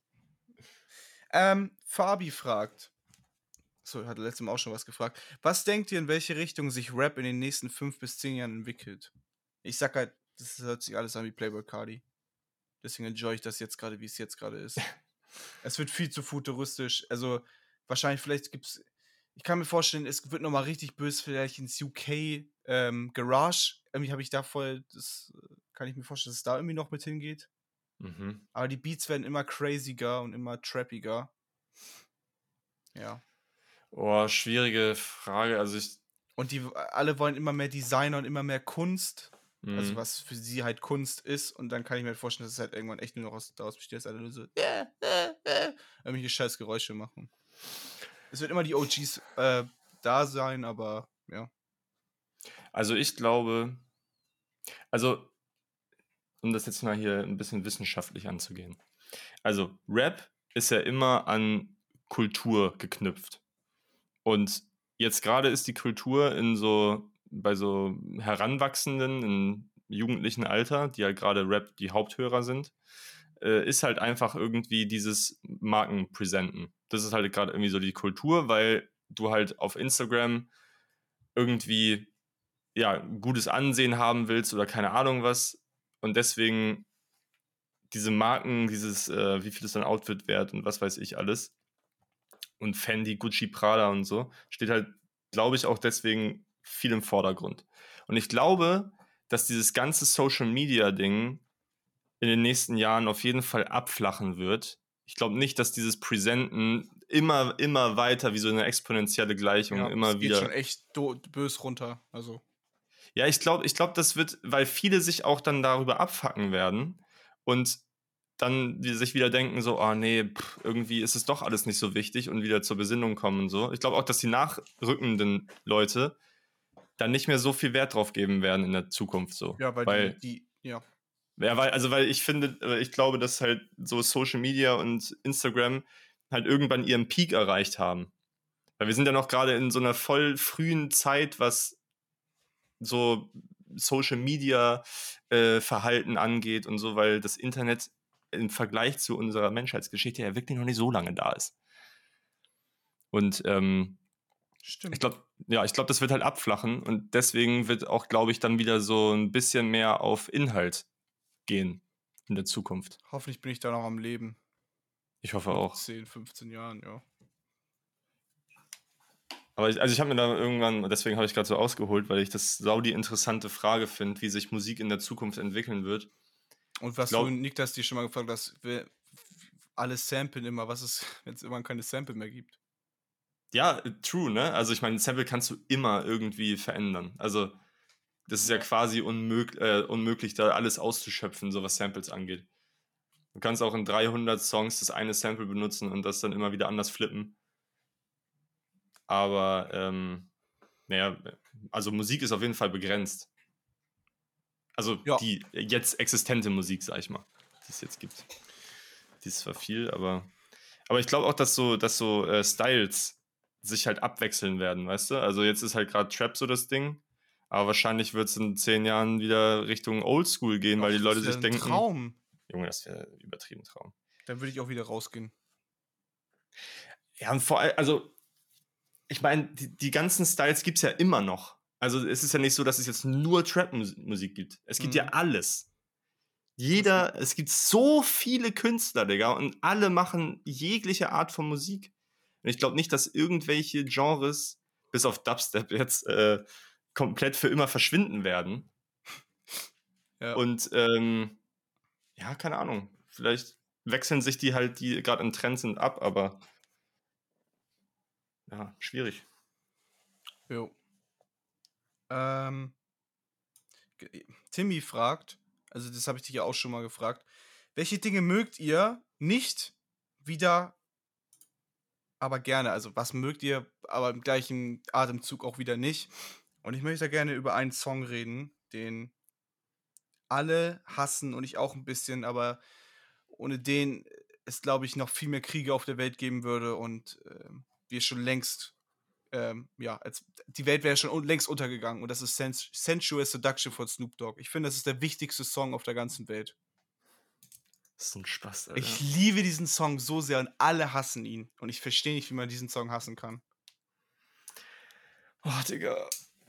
Ähm, Fabi fragt. So, hatte letztes Mal auch schon was gefragt. Was denkt ihr, in welche Richtung sich Rap in den nächsten fünf bis zehn Jahren entwickelt? Ich sag halt, das hört sich alles an wie Playboy Cardi. Deswegen enjoy ich das jetzt gerade, wie es jetzt gerade ist. Es wird viel zu futuristisch. Also, wahrscheinlich, vielleicht gibt's. Ich kann mir vorstellen, es wird nochmal richtig böse, vielleicht ins U K ähm, Garage. Irgendwie habe ich da voll. Das äh, kann ich mir vorstellen, dass es da irgendwie noch mit hingeht. Mhm. Aber die Beats werden immer craziger und immer trappiger. Ja. Oh, schwierige Frage. Also ich. Und die alle wollen immer mehr Designer und immer mehr Kunst. Also Mh. was für sie halt Kunst ist. Und dann kann ich mir halt vorstellen, dass es halt irgendwann echt nur noch aus, daraus besteht, dass alle nur so äh, äh, äh, irgendwelche scheiß Geräusche machen. Es wird immer die O Gs äh, da sein, aber ja. Also ich glaube, also um das jetzt mal hier ein bisschen wissenschaftlich anzugehen. Also Rap ist ja immer an Kultur geknüpft. Und jetzt gerade ist die Kultur in so, bei so Heranwachsenden, im jugendlichen Alter, die halt gerade Rap die Haupthörer sind, äh, ist halt einfach irgendwie dieses Markenpräsenten. Das ist halt gerade irgendwie so die Kultur, weil du halt auf Instagram irgendwie ja, gutes Ansehen haben willst oder keine Ahnung was. Und deswegen diese Marken, dieses, äh, wie viel ist dein Outfit wert und was weiß ich alles. Und Fendi, Gucci, Prada und so, steht halt, glaube ich, auch deswegen viel im Vordergrund. Und ich glaube, dass dieses ganze Social Media Ding in den nächsten Jahren auf jeden Fall abflachen wird. Ich glaube nicht, dass dieses Präsenten immer, immer weiter wie so eine exponentielle Gleichung Ja, es immer geht schon wieder. echt do- bös runter. Also. Ja, ich glaube, ich glaube, das wird, weil viele sich auch dann darüber abfacken werden und dann die sich wieder denken so, oh nee, pff, irgendwie ist es doch alles nicht so wichtig und wieder zur Besinnung kommen und so. Ich glaube auch, dass die nachrückenden Leute dann nicht mehr so viel Wert drauf geben werden in der Zukunft so. Ja, weil die, Weil, die, ja. ja, weil, also weil ich finde, äh, ich glaube, dass halt so Social Media und Instagram halt irgendwann ihren Peak erreicht haben. Weil wir sind ja noch gerade in so einer voll frühen Zeit, was so Social Media äh, Verhalten angeht und so, weil das Internet im Vergleich zu unserer Menschheitsgeschichte ja wirklich noch nicht so lange da ist. Und ähm, ich Stimmt. glaube, ja, ich glaube, das wird halt abflachen und deswegen wird auch, glaube ich, dann wieder so ein bisschen mehr auf Inhalt gehen in der Zukunft. Hoffentlich bin ich da noch am Leben. Ich hoffe Noch auch. zehn, fünfzehn Jahren, ja. Aber ich, also ich habe mir da irgendwann, deswegen habe ich gerade so ausgeholt, weil ich das sau die interessante Frage finde, wie sich Musik in der Zukunft entwickeln wird. Und was glaub- du, Niklas, dir schon mal gefragt hast, wer, alles samplen immer, was ist, wenn es irgendwann keine Sample mehr gibt? Ja, äh, true, ne? Also ich meine, ein Sample kannst du immer irgendwie verändern. Also das ist ja, Ja. quasi unmöglich, äh, unmöglich, da alles auszuschöpfen, so was Samples angeht. Du kannst auch in dreihundert Songs das eine Sample benutzen und das dann immer wieder anders flippen. Aber, ähm, naja, also Musik ist auf jeden Fall begrenzt. Also Ja. die jetzt existente Musik, sag ich mal, die es jetzt gibt. Die ist zwar viel, aber. Aber ich glaube auch, dass so, dass so äh, Styles sich halt abwechseln werden, weißt du? Also jetzt ist halt gerade Trap so das Ding. Aber wahrscheinlich wird es in zehn Jahren wieder Richtung Oldschool gehen, weil Och, die Leute das wär sich ein denken. Traum. Junge, das wäre ein übertrieben Traum. Dann würde ich auch wieder rausgehen. Ja, und vor allem, also, ich meine, die, die ganzen Styles gibt es ja immer noch. Also es ist ja nicht so, dass es jetzt nur Trap-Musik gibt. Es gibt Mhm. ja alles. Jeder, es gibt so viele Künstler, Digga, und alle machen jegliche Art von Musik. Und ich glaube nicht, dass irgendwelche Genres, bis auf Dubstep jetzt, äh, komplett für immer verschwinden werden. Ja. Und ähm, ja, keine Ahnung. Vielleicht wechseln sich die halt, die gerade im Trend sind, ab, aber ja, schwierig. Jo. Ähm, ge- Timmy fragt, also das habe ich dich ja auch schon mal gefragt, welche Dinge mögt ihr nicht wieder, aber gerne? Also was mögt ihr, aber im gleichen Atemzug auch wieder nicht? Und ich möchte da gerne über einen Song reden, den alle hassen und ich auch ein bisschen, aber ohne den es, glaube ich, noch viel mehr Kriege auf der Welt geben würde und ähm, wir schon längst, ähm, ja, als, die Welt wäre schon un längst untergegangen und das ist Sens Sensual Seduction von Snoop Dogg. Ich finde, das ist der wichtigste Song auf der ganzen Welt. Das ist ein Spaß, Ich Alter. liebe diesen Song so sehr und alle hassen ihn und ich verstehe nicht, wie man diesen Song hassen kann. Oh, Digga.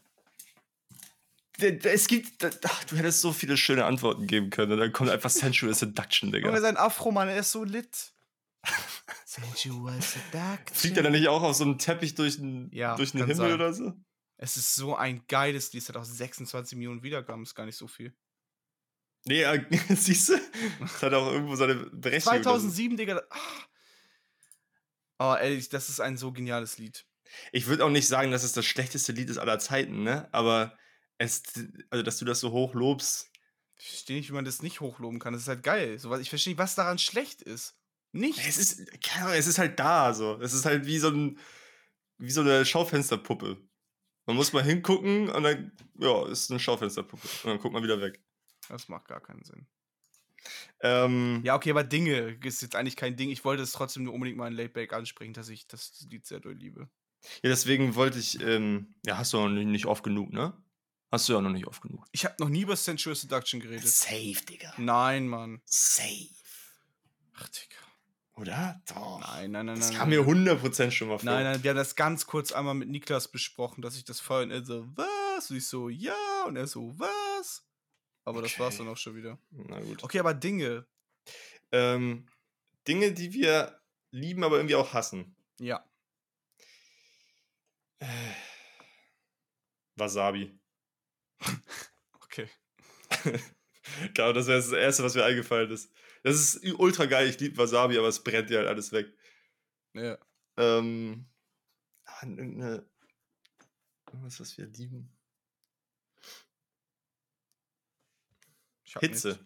D- d- Es gibt, d- ach, du hättest so viele schöne Antworten geben können und dann kommt einfach Sensual Seduction, Junge, Digga. sein Afro-Mann, er ist so lit. Sensual Fliegt er dann Seduction. nicht auch auf so einem Teppich durch den, Ja, durch den kann Himmel sein. oder so? Es ist so ein geiles Lied. Es hat auch sechsundzwanzig Millionen Wiedergaben, ist gar nicht so viel. Nee, äh, siehst du? Das hat auch irgendwo seine Berechtigung. dass es- zweitausendsieben, Digga. Ah. Oh, ehrlich, das ist ein so geniales Lied. Ich würde auch nicht sagen, dass es das schlechteste Lied ist aller Zeiten, ne? Aber es, also, dass du das so hoch lobst. Ich verstehe nicht, wie man das nicht hochloben kann. Das ist halt geil. So, was- ich verstehe nicht, was daran schlecht ist. Es Nichts. ist, keine Ahnung, es ist halt da, so. Es ist halt wie so ein, wie so eine Schaufensterpuppe. Man muss mal hingucken und dann, ja, ist eine Schaufensterpuppe. Und dann guckt man wieder weg. Das macht gar keinen Sinn. Ähm, Ja, okay, aber Dinge ist jetzt eigentlich kein Ding. Ich wollte es trotzdem nur unbedingt mal in Laidback ansprechen, dass ich das Lied sehr doll liebe. ja, deswegen wollte ich, ähm, ja, hast du auch nicht, nicht oft genug, ne? Hast du ja noch nicht oft genug. Ich habe noch nie über Sensual Seduction geredet. Safe, Digga. Nein, Mann. Safe. Ach, Digga. Oder? Doch. Nein, nein, nein, Das nein. kam nein. mir hundert Prozent schon mal vor. Nein, nein, wir haben das ganz kurz einmal mit Niklas besprochen, dass ich das feiere. Und er so, was? Und ich so, ja. Und er so, was? Aber das war's Okay. dann auch schon wieder. Na gut. Okay, aber Dinge. Ähm, Dinge, die wir lieben, aber irgendwie auch hassen. Ja. Äh, Wasabi. Okay. Klar, das wäre das Erste, was mir eingefallen ist. Das ist ü- ultra geil, ich liebe Wasabi, aber es brennt ja halt alles weg. Ja. Ähm, ah, irgendeine, irgendwas, was wir lieben. Ich hab Hitze.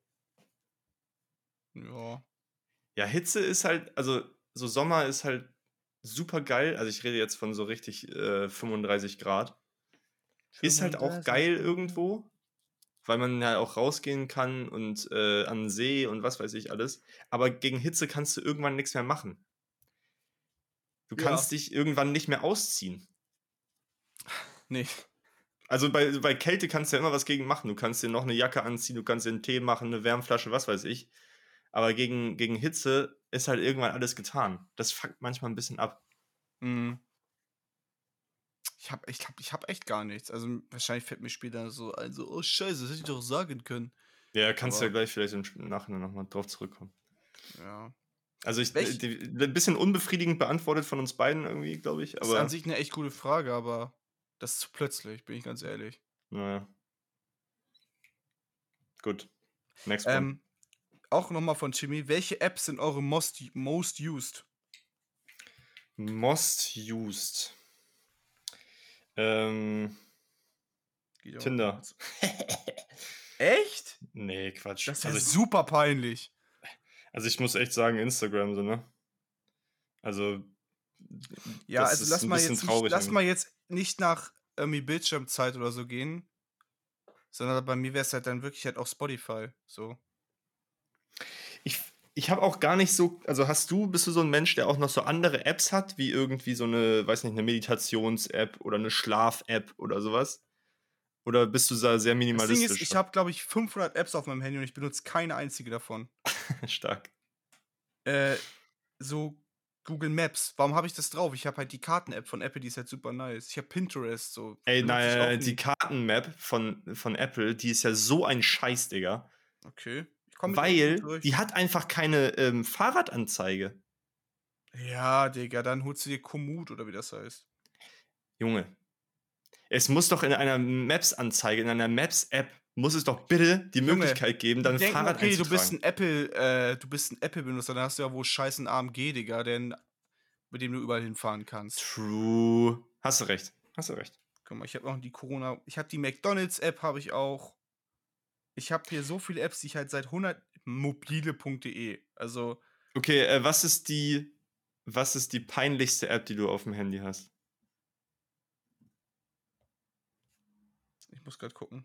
nichts. Ja. Ja, Hitze ist halt, also so Sommer ist halt super geil. Also ich rede jetzt von so richtig äh, fünfunddreißig Grad. Ist halt auch geil irgendwo, weil man ja auch rausgehen kann und äh, an den See und was weiß ich alles. Aber gegen Hitze kannst du irgendwann nichts mehr machen. Du Ja. kannst dich irgendwann nicht mehr ausziehen. Nee. Also bei, bei Kälte kannst du ja immer was gegen machen. Du kannst dir noch eine Jacke anziehen, du kannst dir einen Tee machen, eine Wärmflasche, was weiß ich. Aber gegen, gegen Hitze ist halt irgendwann alles getan. Das fuckt manchmal ein bisschen ab. Mhm. Ich hab, ich hab, ich hab echt gar nichts. Also wahrscheinlich fällt mir später so ein, so, oh Scheiße, das hätte ich doch sagen können. Ja, kannst du ja Aber- gleich vielleicht im Nachhinein nochmal drauf zurückkommen. Ja. Also ich, Welch- die, ein bisschen unbefriedigend beantwortet von uns beiden irgendwie, glaube ich. Das ist Aber an sich eine echt gute Frage, aber das ist zu plötzlich, bin ich ganz ehrlich. naja. Gut. Next one. Ähm, auch nochmal von Jimmy. Welche Apps sind eure most, most used? Most used. Ähm, Geht auch Tinder. kurz. Echt? Nee, Quatsch. Das ist ja also, ich, super peinlich. also ich muss echt sagen, Instagram so, ne? Also Ja, das also ist lass ein mal bisschen jetzt nicht, traurig lass eigentlich. mal jetzt nicht nach irgendwie Bildschirmzeit oder so gehen, sondern bei mir wäre es halt dann wirklich halt auch Spotify. So. Ich, ich habe auch gar nicht so, also hast du, bist du so ein Mensch, der auch noch so andere Apps hat, wie irgendwie so eine, weiß nicht, eine Meditations-App oder eine Schlaf-App oder sowas? Oder bist du da sehr Das Ding minimalistisch? ist, ich habe, glaube ich, fünfhundert Apps auf meinem Handy und ich benutze keine einzige davon. Stark. Äh, so Google Maps. Warum habe ich das drauf? Ich habe halt die Karten-App von Apple, die ist halt super nice. Ich habe Pinterest, so. Ey, benutze ich auch nein, die nie. Karten-Map von, von Apple, die ist ja so ein Scheiß, Digga. Okay. Ich komme mit Weil gut durch. die hat einfach keine ähm, Fahrradanzeige. Ja, Digga, dann holst du dir Komoot oder wie das heißt. Junge. Es muss doch in einer Maps-Anzeige, in einer Maps-App muss es doch bitte die Junge, Möglichkeit geben, dann ein denken, Fahrrad okay, du bist einzutragen. ein Apple, äh, du bist ein Apple-Benutzer, dann hast du ja wohl scheiß 'n A M G, Digga, denn mit dem du überall hinfahren kannst. True. Hast du recht. Hast du recht. Guck mal, ich habe noch die Corona ich habe die McDonald's-App habe ich auch. Ich habe hier so viele Apps, die ich halt seit hundert mobile punkt de. Also, Okay, äh, was ist die was ist die peinlichste App, die du auf dem Handy hast? ich muss grad gucken.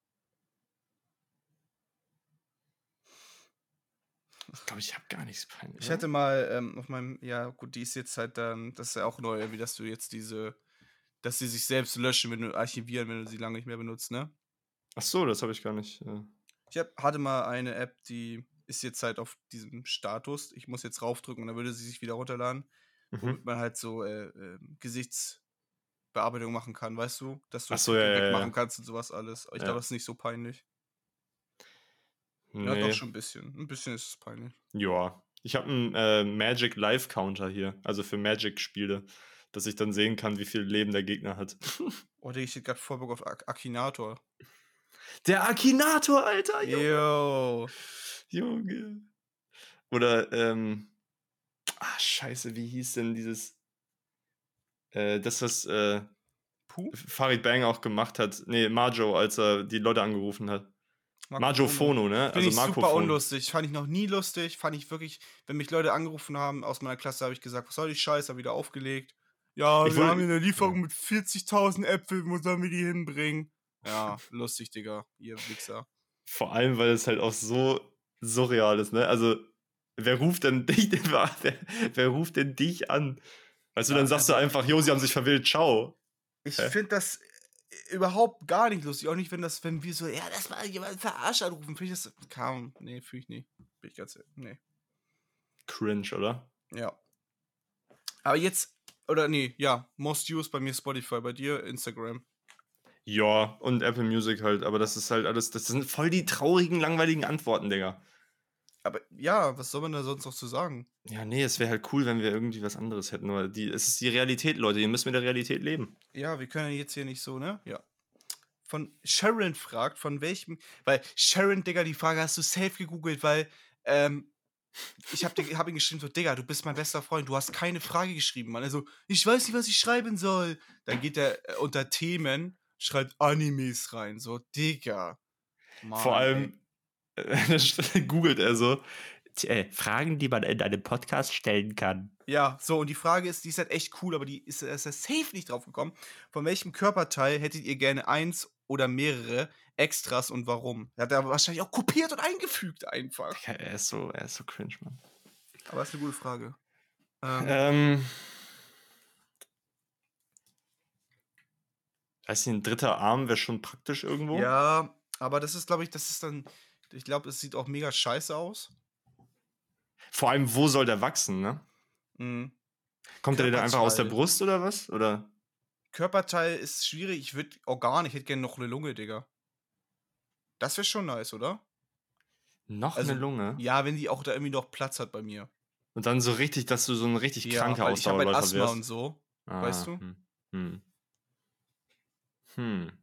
Ich glaube, ich habe gar nichts Ich Peinliches. hatte mal, ähm, auf meinem ja gut, die ist jetzt halt dann das ist ja auch neu, wie dass du jetzt diese dass sie sich selbst löschen, wenn du archivieren, wenn du sie lange nicht mehr benutzt, ne? Ach so, das habe ich gar nicht. Äh. Ich habe hatte mal eine App, die ist jetzt halt auf diesem Status. Ich muss jetzt raufdrücken und dann würde sie sich wieder runterladen, Mhm. womit man halt so, äh, ähm, Gesichtsbearbeitung machen kann, weißt du? Dass du Ach das so, ja, Pickel ja, wegmachen ja. kannst und sowas alles. Aber ich glaube, Ja. das ist nicht so peinlich. Ja, doch Nee. schon 'n bisschen. 'N bisschen ist es peinlich. Ja. Ich habe einen äh, Magic Life Counter hier, also für Magic-Spiele, dass ich dann sehen kann, wie viel Leben der Gegner hat. Oh, Digga, ich hätte grad voll Bock auf Ak Akinator. Der Akinator, Alter, Junge. Jo. Junge. Oder, ähm, ah, scheiße, wie hieß denn dieses, äh, das, was äh, Puh? Farid Bang auch gemacht hat. Nee, Marjo, als er die Leute angerufen hat. Marco Marjo Fono. Fono, ne? Finde Also ich super Markofon. unlustig. Fand ich noch nie lustig. Fand ich wirklich, wenn mich Leute angerufen haben aus meiner Klasse, habe ich gesagt, was soll die Scheiße, hab wieder aufgelegt. Ja, Ich wir wollt- haben hier eine Lieferung ja. mit vierzigtausend Äpfeln, wo sollen wir die hinbringen? Ja, lustig, Digga, ihr Wichser. Vor allem, weil es halt auch so surreal ist, ne? Also, wer ruft denn dich, wer, wer ruft denn dich an? Weißt du, Ja, dann sagst du also- einfach, jo, sie haben sich verwählt, ciao. Ich Hä? finde das äh, überhaupt gar nicht lustig. Auch nicht, wenn das, wenn wir so, ja, das mal jemand verarscht anrufen. Finde ich das. Kam, nee, fühle ich nicht. Bin ich ganz, nee. Cringe, oder? Ja. Aber jetzt, oder nee, ja, most used bei mir Spotify, bei dir Instagram. Ja, und Apple Music halt, aber das ist halt alles, das sind voll die traurigen, langweiligen Antworten, Digga. Aber ja, was soll man da sonst noch zu sagen? Ja, nee, es wäre halt cool, wenn wir irgendwie was anderes hätten, aber die, es ist die Realität, Leute, ihr müsst mit der Realität leben. Ja, wir können ja jetzt hier nicht so, ne? Ja. Von Sharon fragt, von welchem, weil Sharon, Digga, die Frage hast du safe gegoogelt, weil, ähm, ich hab, dir, hab ihm geschrieben, so, Digga, du bist mein bester Freund, du hast keine Frage geschrieben, Mann. Also, ich weiß nicht, was ich schreiben soll. Dann geht er äh, unter Themen, schreibt Animes rein, so, Digga. Mann, Vor ey. allem, äh, googelt er so, äh, Fragen, die man in einem Podcast stellen kann. Ja, so, und die Frage ist, die ist halt echt cool, aber die ist, ist er safe nicht drauf gekommen. Von welchem Körperteil hättet ihr gerne eins oder mehrere Extras und warum? Hat er wahrscheinlich auch kopiert und eingefügt einfach. Ja, er ist so, er ist so cringe, Mann. Aber ist eine gute Frage. Ähm, Ähm, weiß nicht, ein dritter Arm wäre schon praktisch irgendwo. ja, aber das ist, glaube ich, das ist dann, ich glaube, es sieht auch mega scheiße aus. Vor allem, wo soll der wachsen, ne? Mhm. Kommt der denn einfach aus der Körperteil. Brust oder was? Oder? Körperteil ist schwierig. Ich würde Organ, ich hätte gerne noch eine Lunge, Digga. Das wäre schon nice, oder? Noch Also, eine Lunge? ja, wenn die auch da irgendwie noch Platz hat bei mir. Und dann so richtig, dass du so ein richtig Ja, kranker weil ich habe halt Ausdauerläufer Asthma wirst. und so, Ah, weißt du? Hm. Hm. Hm.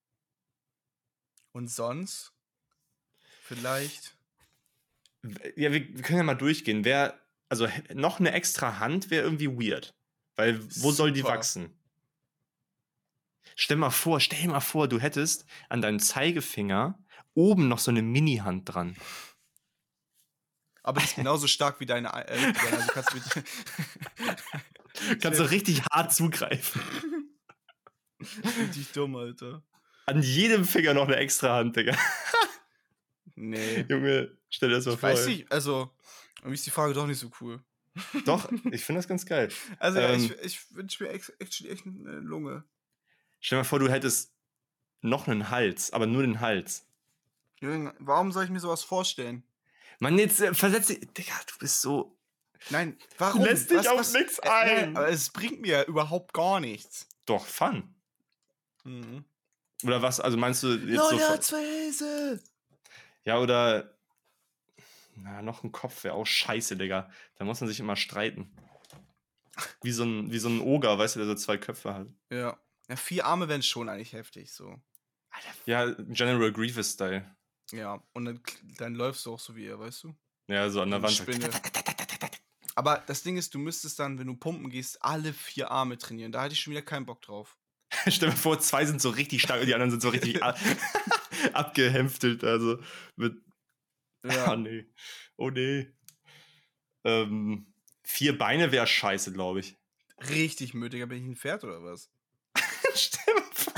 Und sonst vielleicht Ja, wir, wir können ja mal durchgehen. Wer, also h- noch eine extra Hand wäre irgendwie weird. Weil wo soll die Super. wachsen? Stell mal vor, stell mal vor, du hättest an deinem Zeigefinger oben noch so eine Mini-Hand dran. aber die ist genauso stark wie deine äh, wie deine- also kannst mit Kannst du richtig hart zugreifen. richtig dumm, Alter. An jedem Finger noch eine extra Hand, Digga. Nee. Junge, stell dir das mal Ich vor. weiß ey. nicht, also irgendwie ist die Frage doch nicht so cool. Doch, ich finde das ganz geil. Also ja, Ähm, ich, ich wünsche mir echt, echt, echt eine Lunge. Stell dir mal vor, du hättest noch einen Hals, aber nur den Hals. Junge, warum soll ich mir sowas vorstellen? Mann, jetzt äh, versetz dich. Digga, du bist so. Nein, warum? lässt dich auf nix äh, ein. nein, aber es bringt mir überhaupt gar nichts. Doch, Fun. Mhm. Oder was? Also meinst du jetzt so. Leute, hat zwei Hälse! Ja, oder. Na, noch ein Kopf wäre auch scheiße, Digga. Da muss man sich immer streiten. Wie so ein, wie so ein Oger, weißt du, der so zwei Köpfe hat. Ja. Ja, vier Arme wären schon eigentlich heftig, so. Ja, General Grievous-Style. Ja, und dann, dann läufst du auch so wie er, weißt du? Ja, so an der Eine Wand. Spinne. Aber das Ding ist, du müsstest dann, wenn du pumpen gehst, alle vier Arme trainieren. Da hatte ich schon wieder keinen Bock drauf. Stell dir vor, zwei sind so richtig stark und die anderen sind so richtig ab abgehämpftelt. Also mit. Ja. Oh nee. Oh nee. Ähm, vier Beine wäre scheiße, glaube ich. Richtig müde. Bin ich ein Pferd oder was? Stell dir vor.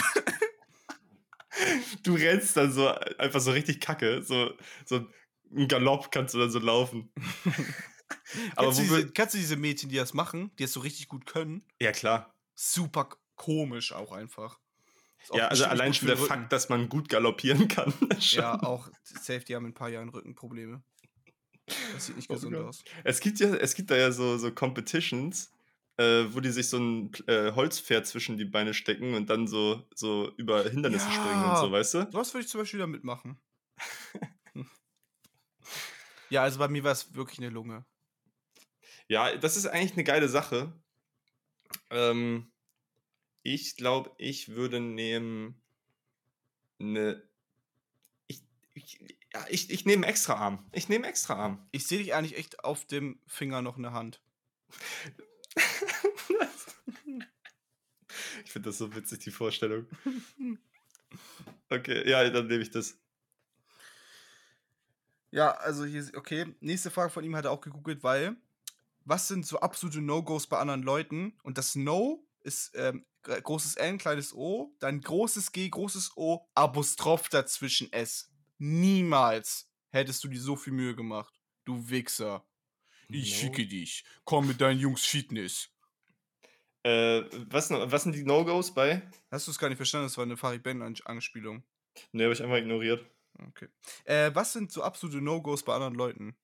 Du rennst dann so einfach so richtig kacke. So, so ein Galopp kannst du dann so laufen. Aber Kennst, du wo diese, wir, kennst du diese Mädchen, die das machen, die das so richtig gut können? ja, klar. Super k- komisch auch einfach. Ist auch Ja, also bestimmt nicht allein gut schon für der den Rücken. Fakt, dass man gut galoppieren kann. schon. Ja, auch safe, die haben in ein paar Jahren Rückenprobleme. Das sieht nicht Oh gesund Gott. aus. Es gibt ja, es gibt da ja so, so Competitions, äh, wo die sich so ein äh, Holzpferd zwischen die Beine stecken und dann so, so über Hindernisse springen und so, Ja, weißt du? sowas würde ich zum Beispiel da mitmachen. Hm. Ja, also bei mir war es wirklich eine Lunge. Ja, das ist eigentlich eine geile Sache. Ähm, ich glaube, ich würde nehmen eine. Ich, ich, ja, ich, ich nehme extra Arm. Ich nehme extra Arm. Ich sehe dich eigentlich echt auf dem Finger noch eine Hand. Ich finde das so witzig, die Vorstellung. Okay, ja, dann nehme ich das. Ja, also hier, okay. Nächste Frage von ihm hat er auch gegoogelt, weil, was sind so absolute No-Gos bei anderen Leuten? Und das No ist ähm, gr- großes N, kleines O, dann großes G, großes O, Apostroph dazwischen S. Niemals hättest du dir so viel Mühe gemacht. Du Wichser. Ich No. schicke dich. Komm mit deinen Jungs Fitness. Äh, was, was sind die No-Gos bei? Hast du es gar nicht verstanden? Das war eine Farid Ben-Anspielung. Ne, habe ich einfach ignoriert. Okay. Äh, was sind so absolute No-Gos bei anderen Leuten?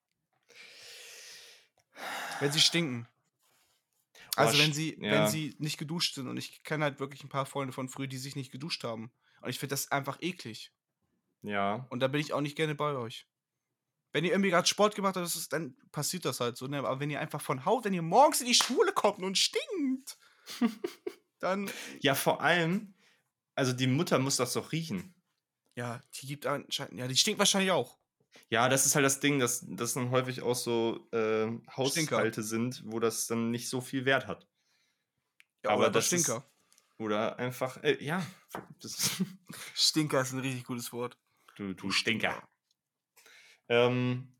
Wenn sie stinken. Also Boah, wenn sch- sie, ja. wenn sie nicht geduscht sind. Und ich kenne halt wirklich ein paar Freunde von früher, die sich nicht geduscht haben. Und ich finde das einfach eklig. Ja. Und da bin ich auch nicht gerne bei euch. Wenn ihr irgendwie gerade Sport gemacht habt, das ist, dann passiert das halt so. Ne? Aber wenn ihr einfach von Haut, wenn ihr morgens in die Schule kommt und stinkt, dann, Ja, vor allem, also die Mutter muss das doch riechen. ja, die gibt anscheinend, ja, die stinkt wahrscheinlich auch. Ja, das ist halt das Ding, dass das dann häufig auch so äh, Stinker. Haushalte sind, wo das dann nicht so viel Wert hat. Ja, Aber oder das Stinker. ist. Oder einfach, äh, ja. Das, Stinker ist ein richtig gutes Wort. du, du Stinker. Ähm,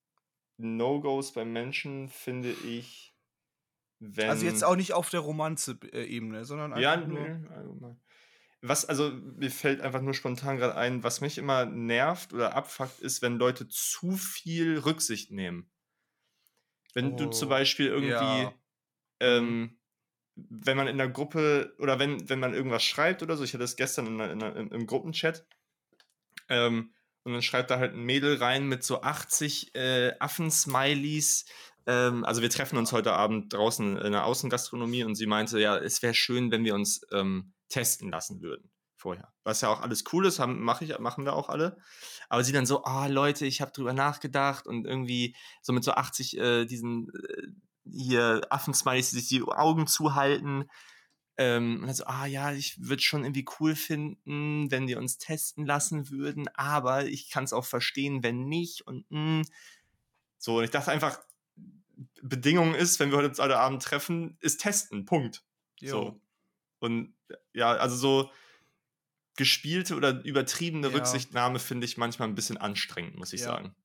No-Gos bei Menschen finde ich, wenn. Also jetzt auch nicht auf der Romanze-Ebene, sondern Ja, einfach nur. nö, allgemein. Was, also mir fällt einfach nur spontan gerade ein, was mich immer nervt oder abfuckt, ist, wenn Leute zu viel Rücksicht nehmen. Wenn du zum Oh, Beispiel irgendwie, ja. ähm, wenn man in der Gruppe oder wenn, wenn man irgendwas schreibt oder so, ich hatte es gestern in, der- in, der- im, im Gruppenchat, ähm, und dann schreibt da halt ein Mädel rein mit so achtzig äh, Affen-Smileys. Ähm, also wir treffen uns heute Abend draußen in der Außengastronomie und sie meinte, ja, es wäre schön, wenn wir uns ähm, testen lassen würden vorher. Was ja auch alles cool ist, haben, mach ich, machen wir auch alle. Aber sie dann so, ah, Leute, ich habe drüber nachgedacht und irgendwie so mit so achtzig äh, diesen äh, hier Affen-Smileys, die sich die Augen zuhalten. Ähm, und dann so, ah ja, ich würde schon irgendwie cool finden, wenn wir uns testen lassen würden, aber ich kann es auch verstehen, wenn nicht. Und mh. So, und ich dachte einfach, Bedingung ist, wenn wir heute uns alle Abend treffen, ist testen. Punkt. Jo. So. Und ja, also so gespielte oder übertriebene Ja. Rücksichtnahme finde ich manchmal ein bisschen anstrengend, muss ich Ja. sagen.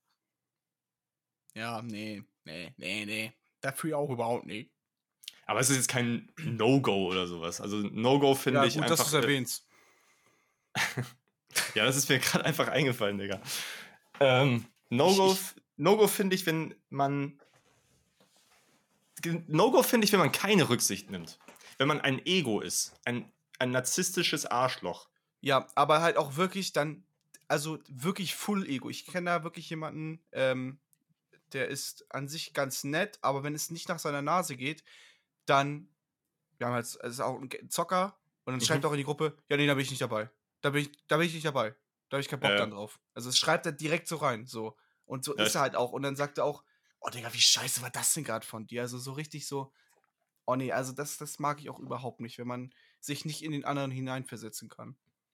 Ja, nee, nee, nee, nee. Dafür auch überhaupt nicht. Aber es ist jetzt kein No-Go oder sowas. Also No-Go finde Ja, ich gut, dass du einfach. es erwähnst. Äh, ja, das ist mir gerade einfach eingefallen, Digga. Ähm, No-Go Ich- ich- No-Go finde ich, wenn man. No-Go finde ich, wenn man keine Rücksicht nimmt. Wenn man ein Ego ist. Ein, ein narzisstisches Arschloch. Ja, aber halt auch wirklich dann, also wirklich Full Ego. Ich kenne da wirklich jemanden, ähm, der ist an sich ganz nett, aber wenn es nicht nach seiner Nase geht, dann, wir haben halt, es ist auch ein Ge- Zocker und dann Mhm. schreibt er auch in die Gruppe, ja, nee, da bin ich nicht dabei. Da bin ich, da bin ich nicht dabei. Da habe ich keinen Bock Ja, ja. dann drauf. Also es schreibt er direkt so rein, so. Und so Ja, ist ich- er halt auch. Und dann sagt er auch, oh Digga, wie scheiße war das denn gerade von dir? Also so richtig so, oh nee, also das, das mag ich auch überhaupt nicht, wenn man sich nicht in den anderen hineinversetzen kann.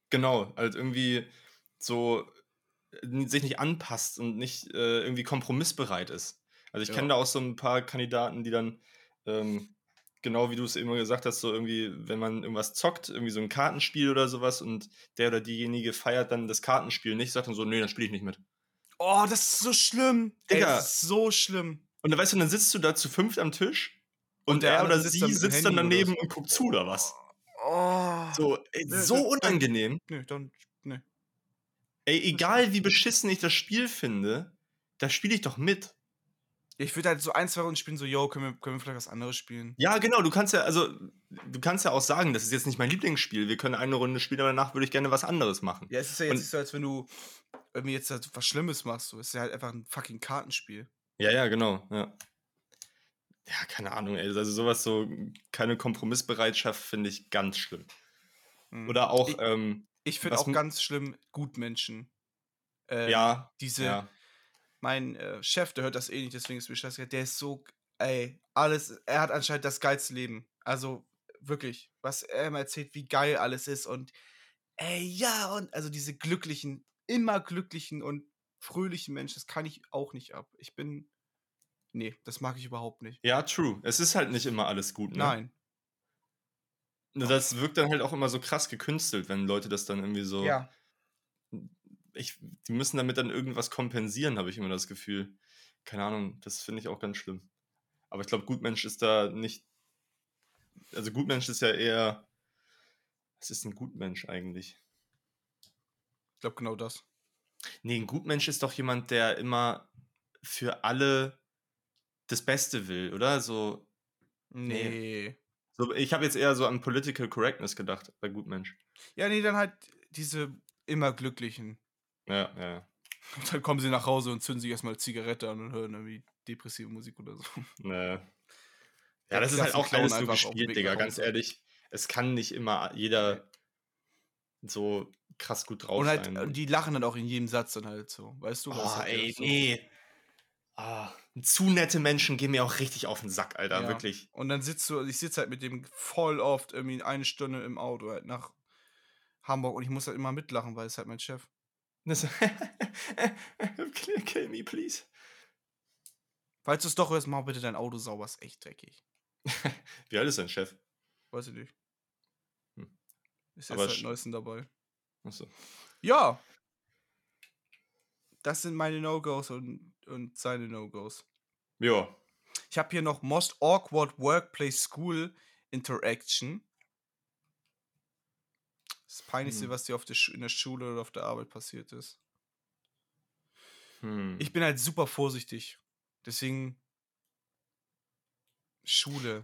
Genau, halt irgendwie so äh, sich nicht anpasst und nicht äh, irgendwie kompromissbereit ist. Also ich kenne Ja. da auch so ein paar Kandidaten, die dann, ähm, genau wie du es eben gesagt hast, so irgendwie, wenn man irgendwas zockt, irgendwie so ein Kartenspiel oder sowas und der oder diejenige feiert dann das Kartenspiel nicht, sagt dann so, nee, dann spiele ich nicht mit. Oh, das ist so schlimm. Ey, das Digga, ist so schlimm. und dann weißt du, dann sitzt du da zu fünft am Tisch Und und der er andere oder sitzt da sie mit dem sitzt dann Handy oder daneben so. und guckt zu oder was? Oh. So, ey, Nö, so nö, nö. unangenehm. Nö, dann, nö. Ey, egal wie beschissen ich das Spiel finde, da spiele ich doch mit. Ich würde halt so ein, zwei Runden spielen, so, yo, können wir, können wir vielleicht was anderes spielen? Ja, genau, du kannst ja, also, du kannst ja auch sagen, das ist jetzt nicht mein Lieblingsspiel, wir können eine Runde spielen, aber danach würde ich gerne was anderes machen. Ja, es ist ja jetzt Und nicht so, als wenn du irgendwie jetzt halt was Schlimmes machst. So. Es ist ja halt einfach ein fucking Kartenspiel. ja, ja, genau, ja. Ja, keine Ahnung, ey, also sowas so, keine Kompromissbereitschaft finde ich ganz schlimm. Mhm. Oder auch, Ich, ähm, ich finde was, auch m- ganz schlimm Gutmenschen. Ähm, ja, diese, ja, mein äh, Chef, der hört das eh nicht, deswegen ist mir scheißegal. Der ist so, ey, alles, er hat anscheinend das geilste Leben. Also wirklich, was er immer erzählt, wie geil alles ist und ey, ja, und also diese glücklichen, immer glücklichen und fröhlichen Menschen, das kann ich auch nicht ab. Ich bin, nee, das mag ich überhaupt nicht. ja, true. Es ist halt nicht immer alles gut, ne? Nein. Nur das wirkt dann halt auch immer so krass gekünstelt, wenn Leute das dann irgendwie so, Ja, ich, die müssen damit dann irgendwas kompensieren, habe ich immer das Gefühl. Keine Ahnung, das finde ich auch ganz schlimm. Aber ich glaube, Gutmensch ist da nicht, also Gutmensch ist ja eher, was ist ein Gutmensch eigentlich? ich glaube genau das. Nee, ein Gutmensch ist doch jemand, der immer für alle das Beste will, oder? So, nee. Nee. So, ich habe jetzt eher so an Political Correctness gedacht bei Gutmensch. Ja, nee, dann halt diese immer glücklichen. Ja, ja, ja. Und dann kommen sie nach Hause und zünden sich erstmal Zigarette an und hören irgendwie depressive Musik oder so. Nee. Ja, Der das ist halt auch Klassenclown alles nur einfach auf dem gespielt, Weg Digga, nach ganz Hause. ehrlich. Es kann nicht immer Nee. jeder so krass gut drauf Und halt, sein. äh, die lachen dann auch in jedem Satz dann halt so, weißt du? Weil es Oh, halt ey, so, nee. Ah, zu nette Menschen gehen mir auch richtig auf den Sack, Alter, ja. wirklich. Und dann sitzt du, ich sitze halt mit dem voll oft irgendwie eine Stunde im Auto halt nach Hamburg und ich muss halt immer mitlachen, weil es halt mein Chef. Das kill, kill me, please. Falls du es doch hörst, mach bitte dein Auto sauber, ist echt dreckig. Wie alt ist dein Chef? Weiß ich nicht. Hm. Ist Aber jetzt seit sch- neuestem dabei. Achso. Ja, das sind meine No-Gos und, und seine No-Gos. Ja. Ich habe hier noch Most Awkward Workplace School Interaction. Das Peinlichste, Hm. was dir auf der Schu- in der Schule oder auf der Arbeit passiert ist. Hm. Ich bin halt super vorsichtig. Deswegen Schule.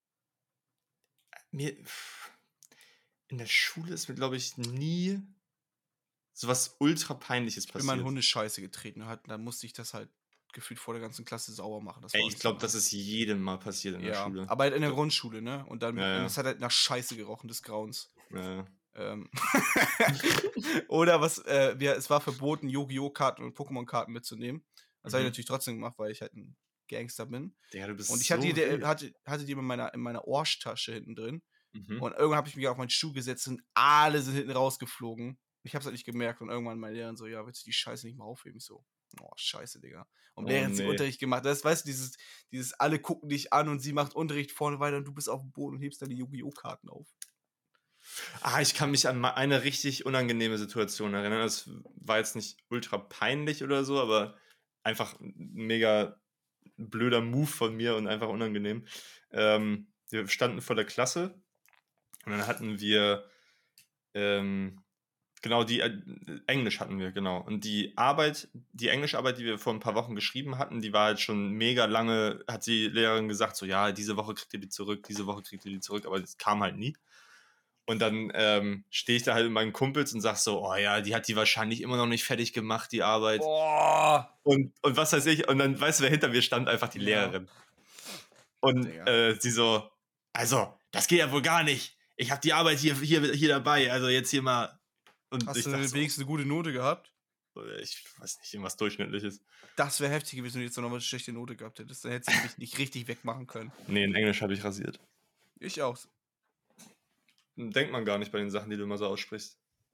Mir, in der Schule ist mir, glaube ich, nie sowas ultra peinliches Ich bin mal in passiert. Hundescheiße getreten. Halt, dann musste ich das halt gefühlt vor der ganzen Klasse sauber machen. Das war Ey, auch ich nicht so glaube, das nice. ist jedem mal passiert in der Ja, Schule. aber halt in der Da- Grundschule, ne? Und dann, Ja, und ja. es hat halt nach Scheiße gerochen, des Grauens. Ja. Ähm. Oder was, äh, wir, es war verboten, Yu-Gi-Oh! Karten und Pokémon-Karten mitzunehmen. Das habe ich Mhm. natürlich trotzdem gemacht, weil ich halt ein Gangster bin. Digga, du bist Und ich so hatte die, wild. hatte, hatte die in meiner, in meiner Ohrtasche hinten drin. Mhm. Und irgendwann habe ich mich auf meinen Schuh gesetzt und alle sind hinten rausgeflogen. Ich habe es halt nicht gemerkt. Und irgendwann meine Lehrerin so, ja, willst du die Scheiße nicht mal aufheben? Ich so, oh, scheiße, Digga. Und Oh, Lehrerin hat sie nee. Unterricht gemacht. Das weißt du, dieses, dieses alle gucken dich an und sie macht Unterricht vorne weiter und du bist auf dem Boden und hebst deine Yu-Gi-Oh! Karten auf. Ah, ich kann mich an ma- eine richtig unangenehme Situation erinnern. Das war jetzt nicht ultra peinlich oder so, aber einfach ein mega blöder Move von mir und einfach unangenehm. Ähm, wir standen vor der Klasse und dann hatten wir ähm, genau die äh, Englisch hatten wir, genau. Und die Arbeit, die Englischarbeit, die wir vor ein paar Wochen geschrieben hatten, die war halt schon mega lange, hat die Lehrerin gesagt, so ja, diese Woche kriegt ihr die zurück, diese Woche kriegt ihr die zurück, aber das kam halt nie. Und dann ähm, stehe ich da halt mit meinen Kumpels und sag so, oh ja, die hat die wahrscheinlich immer noch nicht fertig gemacht, die Arbeit. Boah! Und, und was weiß ich, und dann weißt du, wer hinter mir stand, einfach die Ja. Lehrerin. Und Digga. äh, sie so, also, das geht ja wohl gar nicht. Ich habe die Arbeit hier, hier, hier dabei, also jetzt hier mal. Und Hast ich du dachte so, wenigstens eine gute Note gehabt? ich weiß nicht, irgendwas Durchschnittliches. Das wäre heftig gewesen, wenn du jetzt noch mal eine schlechte Note gehabt hättest. Dann hättest du mich nicht richtig wegmachen können. Nee, in Englisch habe ich rasiert. Ich auch. Denkt man gar nicht bei den Sachen, die du immer so aussprichst.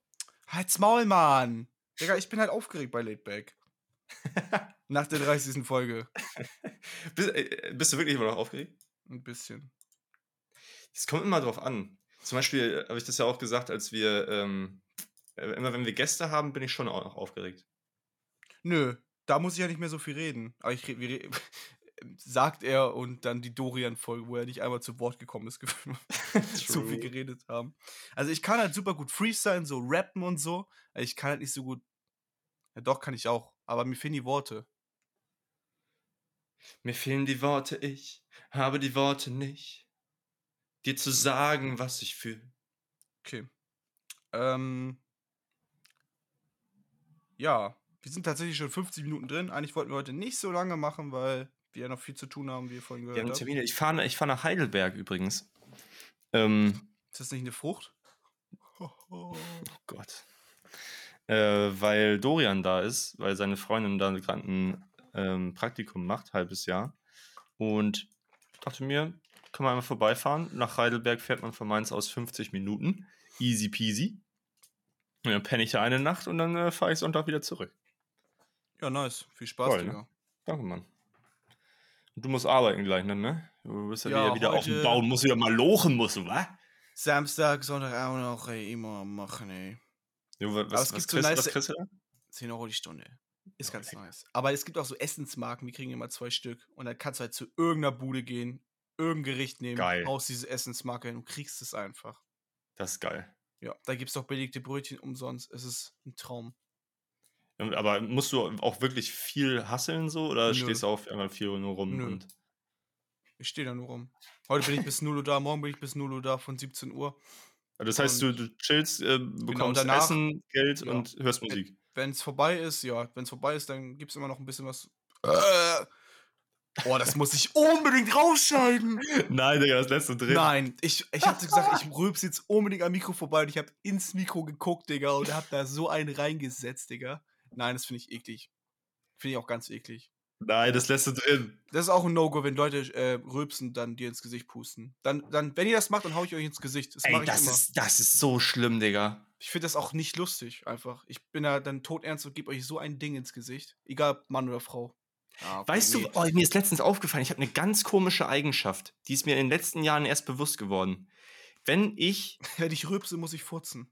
Halt's Maul, Mann! Digga, ich bin halt aufgeregt bei Laidback. Nach der dreißigsten Folge. Bist, äh, bist du wirklich immer noch aufgeregt? Ein bisschen. Es kommt immer drauf an. Zum Beispiel habe ich das ja auch gesagt, als wir, ähm, äh, immer wenn wir Gäste haben, bin ich schon auch noch aufgeregt. Nö, da muss ich ja nicht mehr so viel reden. Aber ich re wir re sagt er und dann die Dorian-Folge, wo er nicht einmal zu Wort gekommen ist, gefühlt, weil wir so viel True. geredet haben. Also, ich kann halt super gut freestylen, so rappen und so. Aber ich kann halt nicht so gut ja doch, kann ich auch, aber mir fehlen die Worte. Mir fehlen die Worte, ich habe die Worte nicht, dir zu sagen, was ich fühle. Okay. Ähm ja, wir sind tatsächlich schon fünfzig Minuten drin. Eigentlich wollten wir heute nicht so lange machen, weil wir ja noch viel zu tun haben, wie ihr vorhin Wir gehört haben habt. Termine. Ich fahre ich fahr nach Heidelberg übrigens. Ähm, Ist das nicht eine Frucht? oh Gott. Äh, weil Dorian da ist, weil seine Freundin da gerade ein ähm, Praktikum macht, halbes Jahr. Und dachte mir, kann man einmal vorbeifahren. Nach Heidelberg fährt man von Mainz aus fünfzig Minuten. Easy peasy. Und dann penne ich da eine Nacht und dann äh, fahre ich Sonntag wieder zurück. Ja, nice. Viel Spaß, Toll, ne? Digga. Danke, Mann. Und du musst arbeiten gleich dann, ne? Du bist ja, Ja, wieder, wieder auf dem heute- Bau, musst wieder mal lochen, musst du, wa? Samstag, Sonntag auch noch, ey, immer am machen, ey. Jo, wa- Aber was, es was, gibt so kriegst, nice- was kriegst du da? zehn Euro die Stunde. Ist Ja, ganz lecker. nice. Aber es gibt auch so Essensmarken, die kriegen immer zwei Stück. Und dann kannst du halt zu irgendeiner Bude gehen, irgendein Gericht nehmen, Geil. haust diese Essensmarke hin und kriegst es einfach. Das ist geil. Ja, da gibt's auch belegte Brötchen umsonst. Es ist ein Traum. Aber musst du auch wirklich viel hasseln so oder Nö. stehst du auf einmal viel nur rum? Nö. Und Ich stehe da nur rum. Heute bin ich bis null Uhr da, morgen bin ich bis null Uhr da, von siebzehn Uhr. das heißt, du, du chillst, äh, bekommst danach- Essen, Geld ja. und hörst Musik. Wenn es vorbei ist, ja, wenn es vorbei ist, dann gibt's immer noch ein bisschen was. Äh. Boah, das muss ich unbedingt rausschneiden. Nein, Digga, das lässt du drin. Nein, ich, ich hab gesagt, ich rülps jetzt unbedingt am Mikro vorbei und ich hab ins Mikro geguckt, Digga, und hab da so einen reingesetzt, Digga. Nein, das finde ich eklig. Finde ich auch ganz eklig. Nein, das lässt du drin. Das ist auch ein No-Go, wenn Leute äh, rülpsen, dann dir ins Gesicht pusten. Dann, dann, wenn ihr das macht, dann hau ich euch ins Gesicht. Das mache Ey, ich das immer. ist, das ist so schlimm, Digga. Ich finde das auch nicht lustig, einfach. Ich bin da dann todernst und gebe euch so ein Ding ins Gesicht. Egal, ob Mann oder Frau. Ah, okay, Weißt nee. du, oh, mir ist letztens aufgefallen, ich habe eine ganz komische Eigenschaft. Die ist mir in den letzten Jahren erst bewusst geworden. Wenn ich, Wenn ich rülpse, muss ich furzen.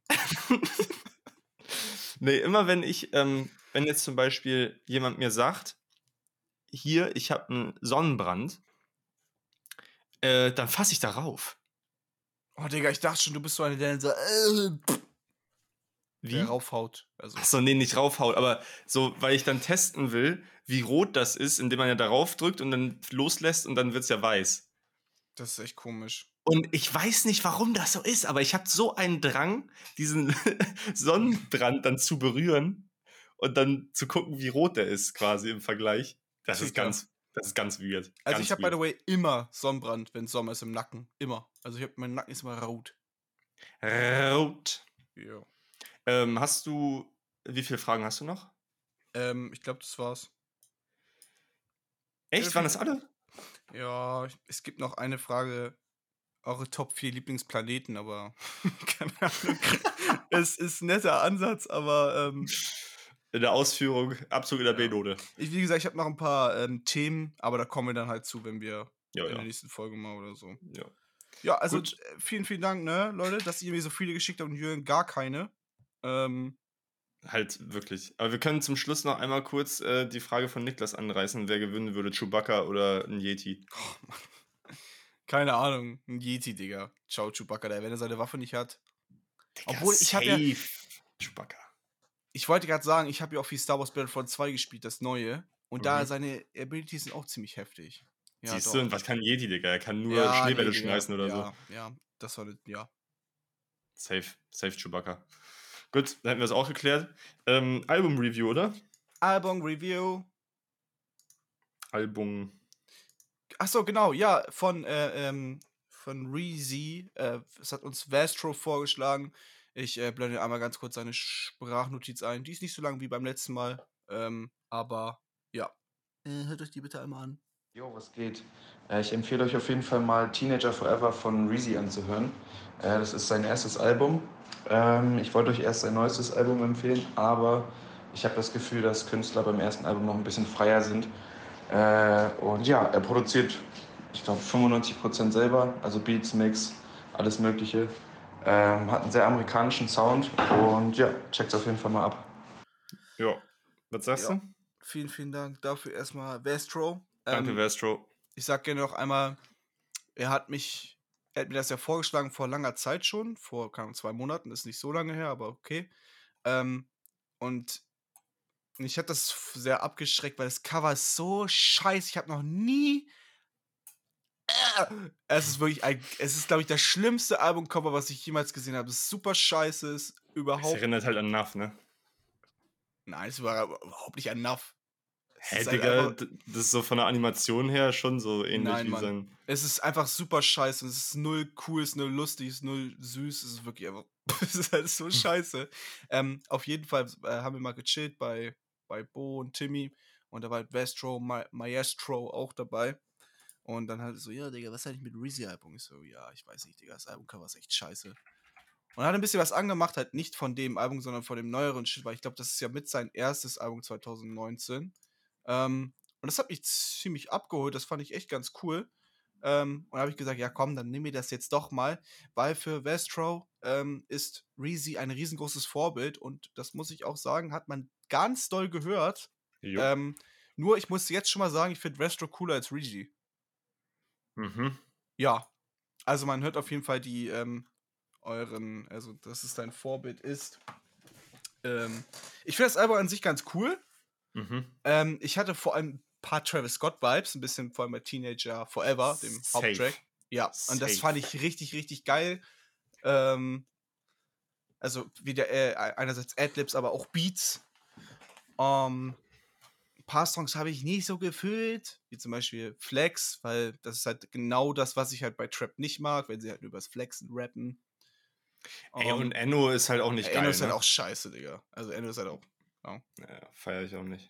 nee, immer wenn ich, ähm, wenn jetzt zum Beispiel jemand mir sagt, hier, ich habe einen Sonnenbrand, äh, dann fasse ich darauf. Oh, Digga, ich dachte schon, du bist so eine, der dann so, äh, Wie? der raufhaut. Also, Achso, nee, nicht raufhaut, aber so, weil ich dann testen will, wie rot das ist, indem man ja darauf drückt und dann loslässt und dann wird's ja weiß. das ist echt komisch. Und ich weiß nicht, warum das so ist, aber ich habe so einen Drang, diesen Sonnenbrand dann zu berühren und dann zu gucken, wie rot der ist, quasi im Vergleich. Das ist Sicher. ganz, das ist ganz weird. Also ganz ich habe, by weird. the way, immer Sonnenbrand, wenn Sommer ist im Nacken. Immer. Also ich habe, mein Nacken ist immer rot. Rot. Ja. Ähm, hast du, wie viele Fragen hast du noch? Ähm, ich glaube, das war's. Echt? Waren das alle? Ja, es gibt noch eine Frage. Eure Top vier Lieblingsplaneten, aber keine Ahnung. Es ist ein netter Ansatz, aber ähm, In der Ausführung, absolut in der Ja. B-Note. ich, wie gesagt, ich habe noch ein paar ähm, Themen, aber da kommen wir dann halt zu, wenn wir Ja, in ja. der nächsten Folge mal oder so. ja. Ja, also Gut. äh, vielen, vielen Dank, ne, Leute, dass ihr mir so viele geschickt habt und Jürgen gar keine. Ähm, Halt wirklich. Aber wir können zum Schluss noch einmal kurz äh, die Frage von Niklas anreißen, wer gewinnen würde, Chewbacca oder ein Yeti. oh, Mann. Keine Ahnung, ein Yeti, Digga. Ciao, Chewbacca, der, wenn er seine Waffe nicht hat. Obwohl, ich hab ja- safe Chewbacca. Ich wollte gerade sagen, ich habe ja auch viel Star Wars Battlefront zwei gespielt, das neue. Und da Mhm. seine Abilities sind auch ziemlich heftig. Ja, Siehst doch. du, und was kann ein Yeti, Digga? Er kann nur Ja, Schneebälle nee, Digga. schmeißen oder so. Ja, ja, das war, ne- ja. Safe, safe Chewbacca. Gut, dann hätten wir es auch geklärt. Ähm, Album-Review, oder? Album Review. Album. Achso, genau, ja, von, äh, ähm, von Reezy. Äh, es hat uns Vastro vorgeschlagen. Ich äh, blende einmal ganz kurz seine Sprachnotiz ein. Die ist nicht so lang wie beim letzten Mal. Ähm, aber ja. Äh, hört euch die bitte einmal an. Jo, was geht? Äh, ich empfehle euch auf jeden Fall mal Teenager Forever von Reezy anzuhören. Äh, das ist sein erstes Album Ähm, ich wollte euch erst sein neuestes Album empfehlen, aber ich habe das Gefühl, dass Künstler beim ersten Album noch ein bisschen freier sind. Äh, und ja, er produziert, ich glaube, fünfundneunzig Prozent selber, also Beats, Mix, alles Mögliche. Ähm, hat einen sehr amerikanischen Sound und ja, checkt's auf jeden Fall mal ab. Ja. Was sagst Ja, du? vielen, vielen Dank dafür erstmal, Vestro. Danke, Ähm, Vestro. ich sag gerne noch einmal, er hat mich, er hat mir das ja vorgeschlagen vor langer Zeit schon, vor keine Ahnung, zwei Monaten, ist nicht so lange her, aber okay. Ähm, und mich hat das f- sehr abgeschreckt, weil das Cover ist so scheiße. Ich habe noch nie. Äh, Es ist wirklich ein, es ist, glaube ich, das schlimmste Albumcover, was ich jemals gesehen habe. Es ist super scheiße, ist Es überhaupt. erinnert halt an Nuff, ne? Nein, es war überhaupt nicht enough. Es Hä, ist halt Digga, einfach. d- das ist so von der Animation her schon so ähnlich Nein, wie Mann. sein. Es ist einfach super scheiße. Und es ist null cool, es ist null lustig, es ist null süß. Es ist wirklich einfach. Es ist halt so scheiße. Ähm, auf jeden Fall äh, haben wir mal gechillt bei, bei Bo und Timmy. Und da war halt Vestro, Ma Maestro auch dabei. Und dann halt so, ja, Digga, was ist eigentlich mit Reezy-Album? Ich so, ja, ich weiß nicht, Digga, das Albumcover ist echt scheiße. Und er hat ein bisschen was angemacht, halt nicht von dem Album, sondern von dem neueren Shit, weil ich glaube, das ist ja mit sein erstes Album zwanzig neunzehn. Ähm, und das hat mich ziemlich abgeholt, das fand ich echt ganz cool. Ähm, und da habe ich gesagt, ja komm, dann nimm mir das jetzt doch mal, weil für Vestro ähm, ist Reezy ein riesengroßes Vorbild und das muss ich auch sagen, hat man ganz doll gehört. Jo. Ähm, nur ich muss jetzt schon mal sagen, ich finde Vestro cooler als Reezy. Mhm. Ja, also man hört auf jeden Fall die ähm, euren, also dass es dein Vorbild ist. Ähm, ich finde das Album an sich ganz cool. Mhm. Ähm, ich hatte vor allem ein paar Travis Scott-Vibes, ein bisschen vor allem bei Teenager Forever, dem Safe. Haupttrack. Ja, und das Safe. fand ich richtig, richtig geil. Ähm, also wieder äh, einerseits Adlibs, aber auch Beats. Ähm, ein paar Songs habe ich nicht so gefühlt, wie zum Beispiel Flex, weil das ist halt genau das, was ich halt bei Trap nicht mag, wenn sie halt übers Flexen rappen. Ey, Ähm, und Enno ist halt auch nicht Enno geil, ist halt ne? auch scheiße, Digga. Also Enno ist halt auch. Ja. Ja, feiere ich auch nicht.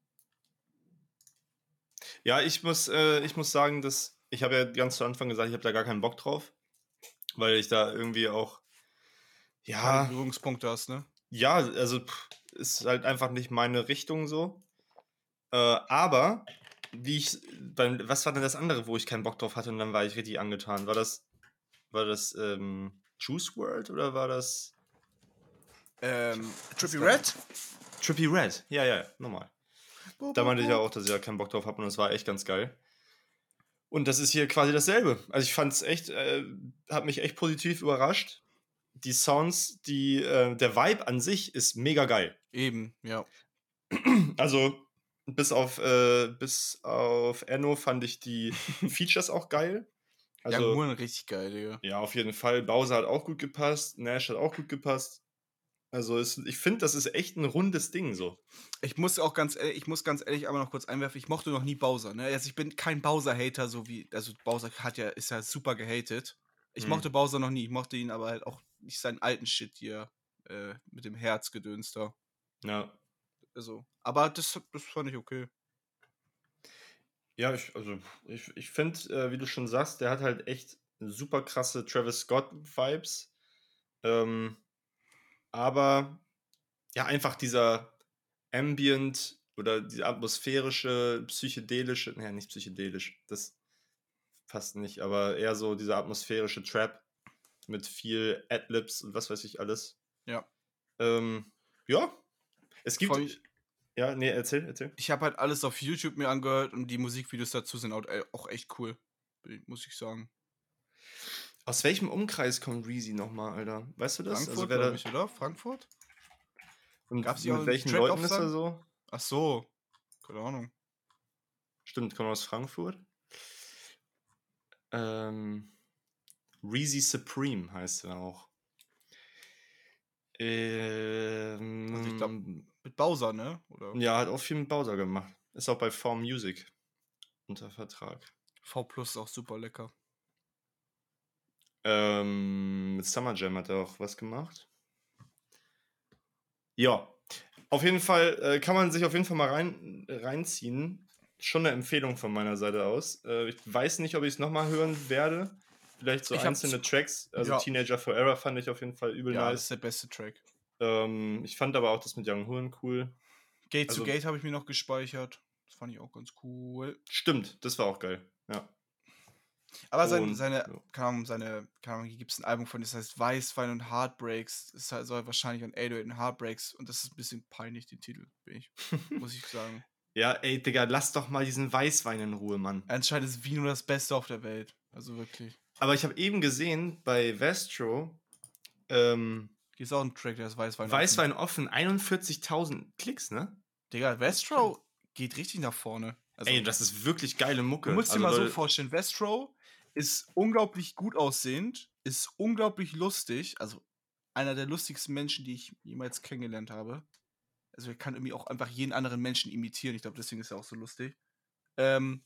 Ja, ich muss, äh, ich muss sagen, dass ich habe ja ganz zu Anfang gesagt, ich habe da gar keinen Bock drauf, weil ich da irgendwie auch, Keine ja, Berührungspunkte hast, ne? ja, also pff, ist halt einfach nicht meine Richtung so. Äh, aber wie ich, beim, was war denn das andere, wo ich keinen Bock drauf hatte und dann war ich richtig angetan? War das, war das ähm, Juice world oder war das Ähm, Trippie war- Red? Trippie Red? Ja, ja, nochmal. Da meinte ich ja auch, dass ich ja keinen Bock drauf habe und das war echt ganz geil. Und das ist hier quasi dasselbe. Also ich fand es echt, äh, hat mich echt positiv überrascht. Die Sounds, die, äh, der Vibe an sich ist mega geil. Eben, ja. Also bis auf, äh, bis auf Enno fand ich die Features auch geil. Young Also Moon richtig geil, Digga. ja, auf jeden Fall. Bowser hat auch gut gepasst, Nash hat auch gut gepasst. Also es, ich finde, das ist echt ein rundes Ding so. Ich muss auch ganz ehrlich, ich muss ganz ehrlich aber noch kurz einwerfen, ich mochte noch nie Bowser, ne? Also ich bin kein Bowser-Hater, so wie, also Bowser hat ja, ist ja super gehatet. Ich Hm. mochte Bowser noch nie, ich mochte ihn aber halt auch nicht seinen alten Shit hier, äh, mit dem Herzgedöns da. Ja. Also, aber das, das fand ich okay. Ja, ich, also ich, ich finde, äh, wie du schon sagst, der hat halt echt super krasse Travis Scott-Vibes. Ähm, aber ja, einfach dieser Ambient oder diese atmosphärische, psychedelische, naja, nicht psychedelisch, das passt nicht, aber eher so dieser atmosphärische Trap mit viel Adlibs und was weiß ich alles. Ja. Ähm, ja, es gibt, Vor allem, ja, nee, erzähl, erzähl. ich habe halt alles auf YouTube mir angehört und die Musikvideos dazu sind auch, äh, auch echt cool, muss ich sagen. Aus welchem Umkreis kommt Reezy nochmal, Alter? Weißt du das? Frankfurt, Also wer glaube da, ich, oder? Frankfurt? und Gab's hier auch mit einen welchen Track Leuten auf ist er seinem? so? Ach so, keine Ahnung. Stimmt, kommt aus Frankfurt. Ähm, Reezy Supreme heißt er auch. Also ich glaube, Ähm, mit Bowser, ne? Oder ja, hat auch viel mit Bowser gemacht. Ist auch bei four Music unter Vertrag. V Plus ist auch super lecker. Ähm, mit Summer Jam hat er auch was gemacht. Ja, auf jeden Fall äh, kann man sich auf jeden Fall mal rein, reinziehen. Schon eine Empfehlung von meiner Seite aus. Äh, ich weiß nicht, ob ich es nochmal hören werde, vielleicht so Ich hab's- einzelne Tracks. Also Ja. Teenager Forever fand ich auf jeden Fall übel Ja, das nice. ist der beste Track. Ähm, ich fand aber auch das mit Young Horn cool. Gate Also- to Gate habe ich mir noch gespeichert. Das fand ich auch ganz cool. Stimmt, das war auch geil. Ja. Aber sein, Und- seine, ja. keine Ahnung, seine, keine Ahnung, hier gibt es ein Album von, das heißt Weißwein und Heartbreaks. Das halt- soll wahrscheinlich an acht null acht und Heartbreaks und das ist ein bisschen peinlich, den Titel, bin ich, muss ich sagen. Ja, ey, Digga, lass doch mal diesen Weißwein in Ruhe, Mann. Anscheinend ist Vino das Beste auf der Welt. Also wirklich. Aber ich habe eben gesehen, bei Vestro, ähm, Hier ist auch ein Track, der ist Weißwein. offen. Weißwein offen, einundvierzigtausend Klicks, ne? Digga, Vestro geht richtig nach vorne. Also, Ey, das ist wirklich geile Mucke. du musst dir Also, mal so Leute, vorstellen, Vestro ist unglaublich gut aussehend, ist unglaublich lustig, also einer der lustigsten Menschen, die ich jemals kennengelernt habe. Also er kann irgendwie auch einfach jeden anderen Menschen imitieren. Ich glaube, deswegen ist er auch so lustig. Ähm,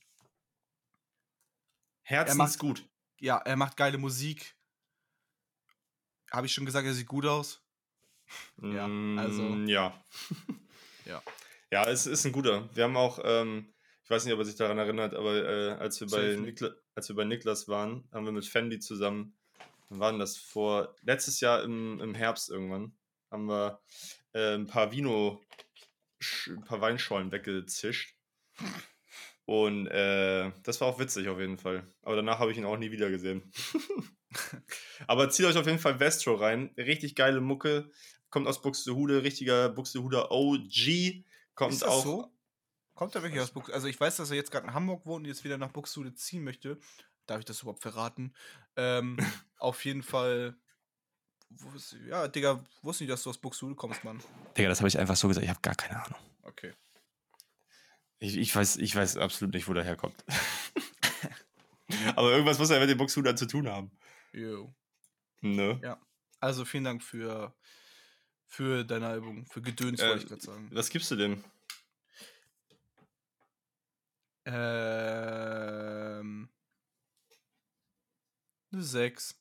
Herzensgut. ja, er macht geile Musik. Habe ich schon gesagt, er sieht gut aus? Ja, also- Mm, ja. Ja. Ja, es ist ein guter. Wir haben auch, ähm, ich weiß nicht, ob er sich daran erinnert, aber äh, als, wir bei Safe nicht. Nikla als wir bei Niklas waren, haben wir mit Fendi zusammen, wann war denn das vor, letztes Jahr im, im Herbst irgendwann, haben wir äh, ein paar Vino, ein paar Weinschollen weggezischt. Und äh, das war auch witzig auf jeden Fall. Aber danach habe ich ihn auch nie wieder gesehen. Aber zieht euch auf jeden Fall Vestro rein. Richtig geile Mucke. Kommt aus Buxtehude, richtiger Buxtehuder O G. Kommt Ist das auch. so? Kommt er wirklich aus Buxtehude? Also ich weiß, dass er jetzt gerade in Hamburg wohnt und jetzt wieder nach Buxtehude ziehen möchte. Darf ich das überhaupt verraten? Ähm, auf jeden Fall. Wus- Ja, Digga, wusste nicht, dass du aus Buxtehude kommst, Mann. Digga, das habe ich einfach so gesagt. Ich habe gar keine Ahnung. Okay. Ich, ich, weiß, ich weiß absolut nicht, wo der herkommt. Aber irgendwas muss er mit den Buxtehudern zu tun haben. Jo. Ne? Ja. Also vielen Dank für, für deine Album. Für Gedöns, Äh, wollte ich gerade sagen. Was gibst du dem? Ähm. Eine sechs.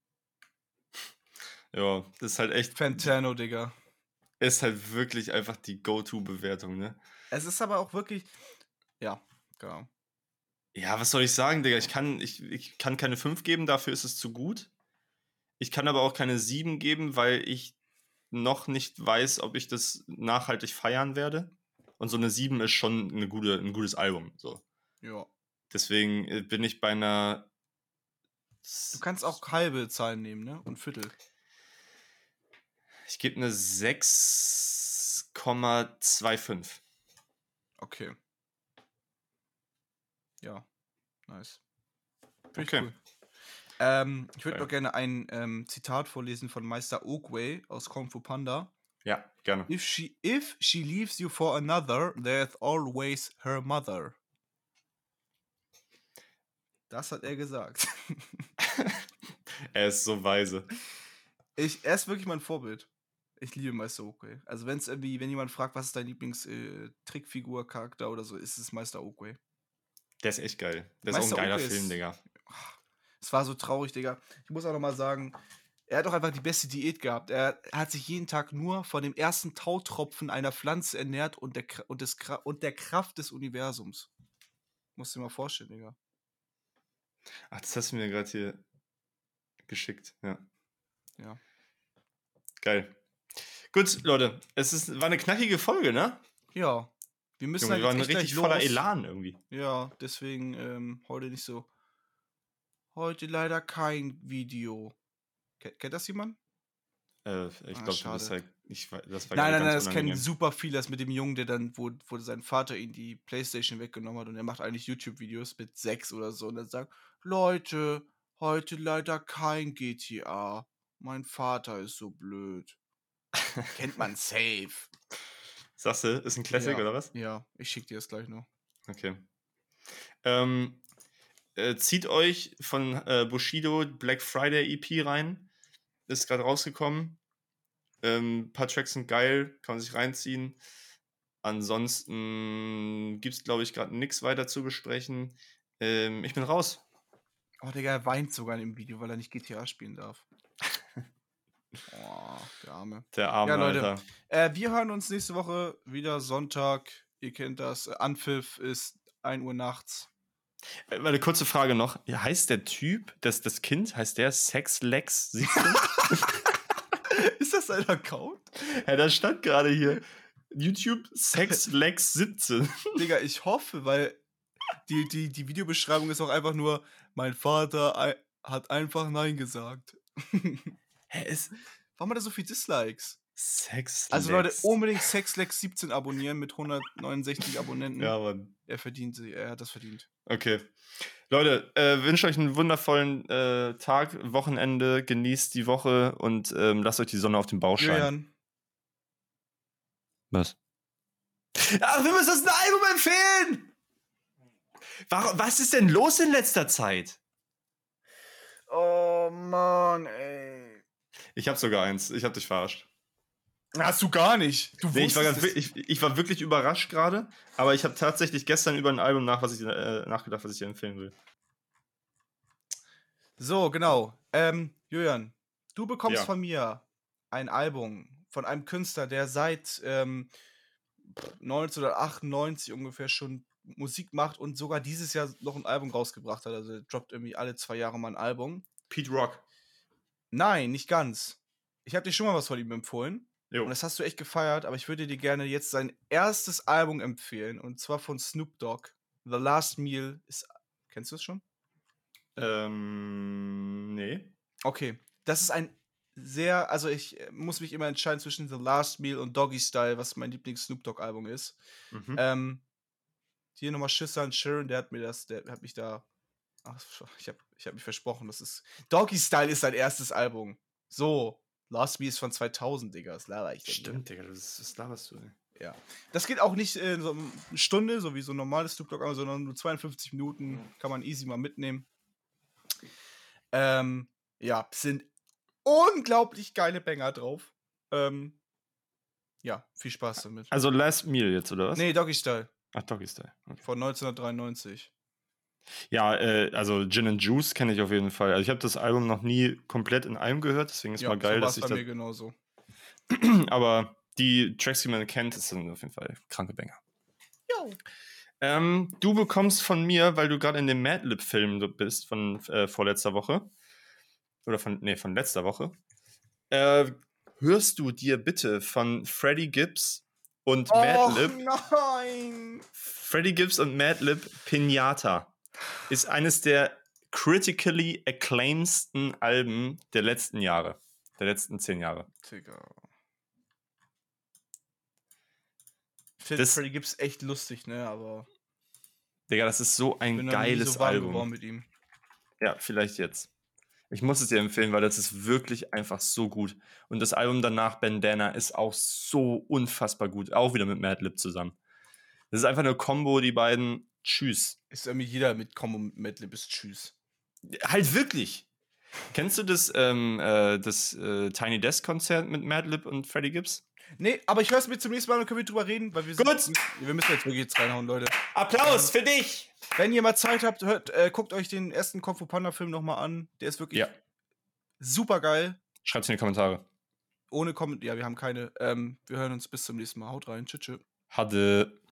Ja, das ist halt echt. Fantano, Digga. Ist halt wirklich einfach die Go-To-Bewertung, ne? Es ist aber auch wirklich. Ja, genau. Ja, was soll ich sagen, Digga? Ich kann, ich, ich kann keine fünf geben, dafür ist es zu gut. Ich kann aber auch keine sieben geben, weil ich noch nicht weiß, ob ich das nachhaltig feiern werde. Und so eine sieben ist schon eine gute, ein gutes Album. So. Ja. Deswegen äh, bin ich bei einer. Du kannst auch halbe Zahlen nehmen, ne? Und Viertel. Ich gebe eine sechs Komma fünfundzwanzig. Okay. Ja. Nice. Finde ich Okay. cool. Ähm, ich würde Geil. noch gerne ein ähm, Zitat vorlesen von Meister Oakway aus Kung Fu Panda. Ja, gerne. If she, if she leaves you for another, there's always her mother. Das hat er gesagt. Er ist so weise. Ich, er ist wirklich mein Vorbild. Ich liebe Meister Oakway. Also wenn es irgendwie, wenn jemand fragt, was ist dein Lieblings-Trickfigur-Charakter oder so, ist es Meister Oakway. Der ist echt geil. Der ist auch Meister ein geiler Oakway Film, ist- Digga. Es war so traurig, Digga. Ich muss auch noch mal sagen, er hat doch einfach die beste Diät gehabt. Er, er hat sich jeden Tag nur von dem ersten Tautropfen einer Pflanze ernährt und der, Kra- und des, Kra- und der Kraft des Universums. Musst du dir mal vorstellen, Digga. Ach, das hast du mir gerade hier geschickt. Ja. Ja. Geil. Gut, Leute, es ist, war eine knackige Folge, ne? Ja. Wir müssen Junge, halt wir waren jetzt echt richtig gleich voller los. Elan irgendwie. Ja, deswegen ähm, heute nicht so. Heute leider kein Video. Ken- Kennt das jemand? Äh, ich Ah, glaube, du bist schade. halt. Ich, wei- das war Nein, gerade nein, nein, ganz das kennen unangenehm. super viele, das mit dem Jungen, der dann, wo, wo sein Vater ihn die Playstation weggenommen hat und er macht eigentlich YouTube-Videos mit sechs oder so und er sagt, Leute, heute leider kein G T A. Mein Vater ist so blöd. Kennt man safe. Sagst du, ist ein Classic Ja. oder was? Ja, ich schick dir das gleich noch. Okay. Ähm, äh, zieht euch von äh, Bushido Black Friday E P rein. Ist gerade rausgekommen. Ähm, ein paar Tracks sind geil, kann man sich reinziehen. Ansonsten gibt es, glaube ich, gerade nichts weiter zu besprechen. Ähm, ich bin raus. Oh, Digga, er weint sogar in dem Video, weil er nicht G T A spielen darf. Oh, der Arme. Der arme Ja, Leute. Alter. Äh, wir hören uns nächste Woche wieder Sonntag. Ihr kennt das. Äh, Anpfiff ist ein Uhr nachts. Äh, Eine kurze Frage noch. Ja, heißt der Typ, das, das Kind, heißt der Sexlex siebzehn? Ist das ein Account? Ja, da stand gerade hier YouTube Sexlex siebzehn. Digga, ich hoffe, weil die, die, die Videobeschreibung ist auch einfach nur, mein Vater ei- hat einfach Nein gesagt. Hä, ist Warum hat er so viel Dislikes? Sexlex. Also Leute, unbedingt Sexlex siebzehn abonnieren mit hundertneunundsechzig Abonnenten. Ja, Mann. Er verdient sie, er hat das verdient. Okay. Leute, äh, wünsche euch einen wundervollen äh, Tag, Wochenende, genießt die Woche und ähm, lasst euch die Sonne auf den Bauch scheinen. Julian, Was? Ach, wir müssen uns ein Album empfehlen! Warum, was ist denn los in letzter Zeit? oh Mann, ey. Ich hab sogar eins. Ich hab dich verarscht. Hast du gar nicht. Du Nee, ich, war ganz, wusstest wi- ich, ich war wirklich überrascht gerade, aber ich habe tatsächlich gestern über ein Album nach, was ich, äh, nachgedacht, was ich dir empfehlen will. So, genau. Ähm, Julian, du bekommst Ja. von mir ein Album von einem Künstler, der seit ähm, neunzehnhundertachtundneunzig ungefähr schon Musik macht und sogar dieses Jahr noch ein Album rausgebracht hat. Also er droppt irgendwie alle zwei Jahre mal ein Album. Pete Rock. Nein, nicht ganz. Ich habe dir schon mal was von ihm empfohlen. Jo. Und das hast du echt gefeiert, aber ich würde dir gerne jetzt sein erstes Album empfehlen. Und zwar von Snoop Dogg. The Last Meal ist. Kennst du es schon? Ähm, nee. Okay. Das ist ein sehr. Also ich äh, muss mich immer entscheiden zwischen The Last Meal und Doggy Style, was mein Lieblings-Snoop Dogg-Album ist. Mhm. Ähm, hier nochmal Schüsse an Sharon, der hat mir das, der hat mich da. Ach, ich habe ich hab mich versprochen, das ist. Doggy Style ist sein erstes Album. So. Last Meal ist von zweitausend, Digga. Das laber ich denn hier? Stimmt, Digga, das, das laberst du, ey. Ja. Das geht auch nicht äh, so eine Stunde, so wie so ein normales Snoop Dogg, sondern nur zweiundfünfzig Minuten. Kann man easy mal mitnehmen. Ähm, ja, sind unglaublich geile Banger drauf. Ähm, ja, viel Spaß damit. Also Last Meal jetzt, oder was? Nee, Doggy Style Ach, Doggy Style. Okay. von neunzehnhundertdreiundneunzig. Ja, äh, also Gin and Juice kenne ich auf jeden Fall. Also ich habe das Album noch nie komplett in einem gehört, deswegen ist Ja, mal geil, so dass war's ich bei mir das. genauso. Aber die Tracks, die man kennt, das sind auf jeden Fall kranke Banger. Jo. Ähm, du bekommst von mir, weil du gerade in dem Madlib-Film bist von äh, vorletzter Woche. Oder von, nee, von letzter Woche. Äh, hörst du dir bitte von Freddie Gibbs und Madlib. nein! Freddie Gibbs und Madlib Pinata ist eines der critically acclaimedsten Alben der letzten Jahre. Der letzten zehn Jahre. Digga. Ich finde Das- Freddie Gibbs echt lustig, ne, aber Digga, das ist so ich ein bin noch nie geiles so warm Album. geworden mit ihm. Ja, vielleicht jetzt. Ich muss es dir empfehlen, weil das ist wirklich einfach so gut. Und das Album danach, Bandana, ist auch so unfassbar gut. Auch wieder mit Madlib zusammen. Das ist einfach eine Kombo, die beiden. Tschüss. Ist irgendwie jeder mit Combo mit Madlib ist Tschüss. Halt wirklich. Kennst du das, ähm, äh, das äh, Tiny Desk Konzert mit Madlib und Freddie Gibbs? Nee, aber ich höre es mir zum nächsten Mal und können wir drüber reden, weil wir sind, Gut. wir müssen jetzt wirklich jetzt reinhauen, Leute. Applaus für dich! Wenn ihr mal Zeit habt, hört, äh, guckt euch den ersten Kung Fu Panda Film nochmal an. Der ist wirklich Ja. super geil. Schreibt's in die Kommentare. Ohne Kommentar, ja, wir haben keine. Ähm, wir hören uns bis zum nächsten Mal. Haut rein. Tschüss. tschüss. Hatte.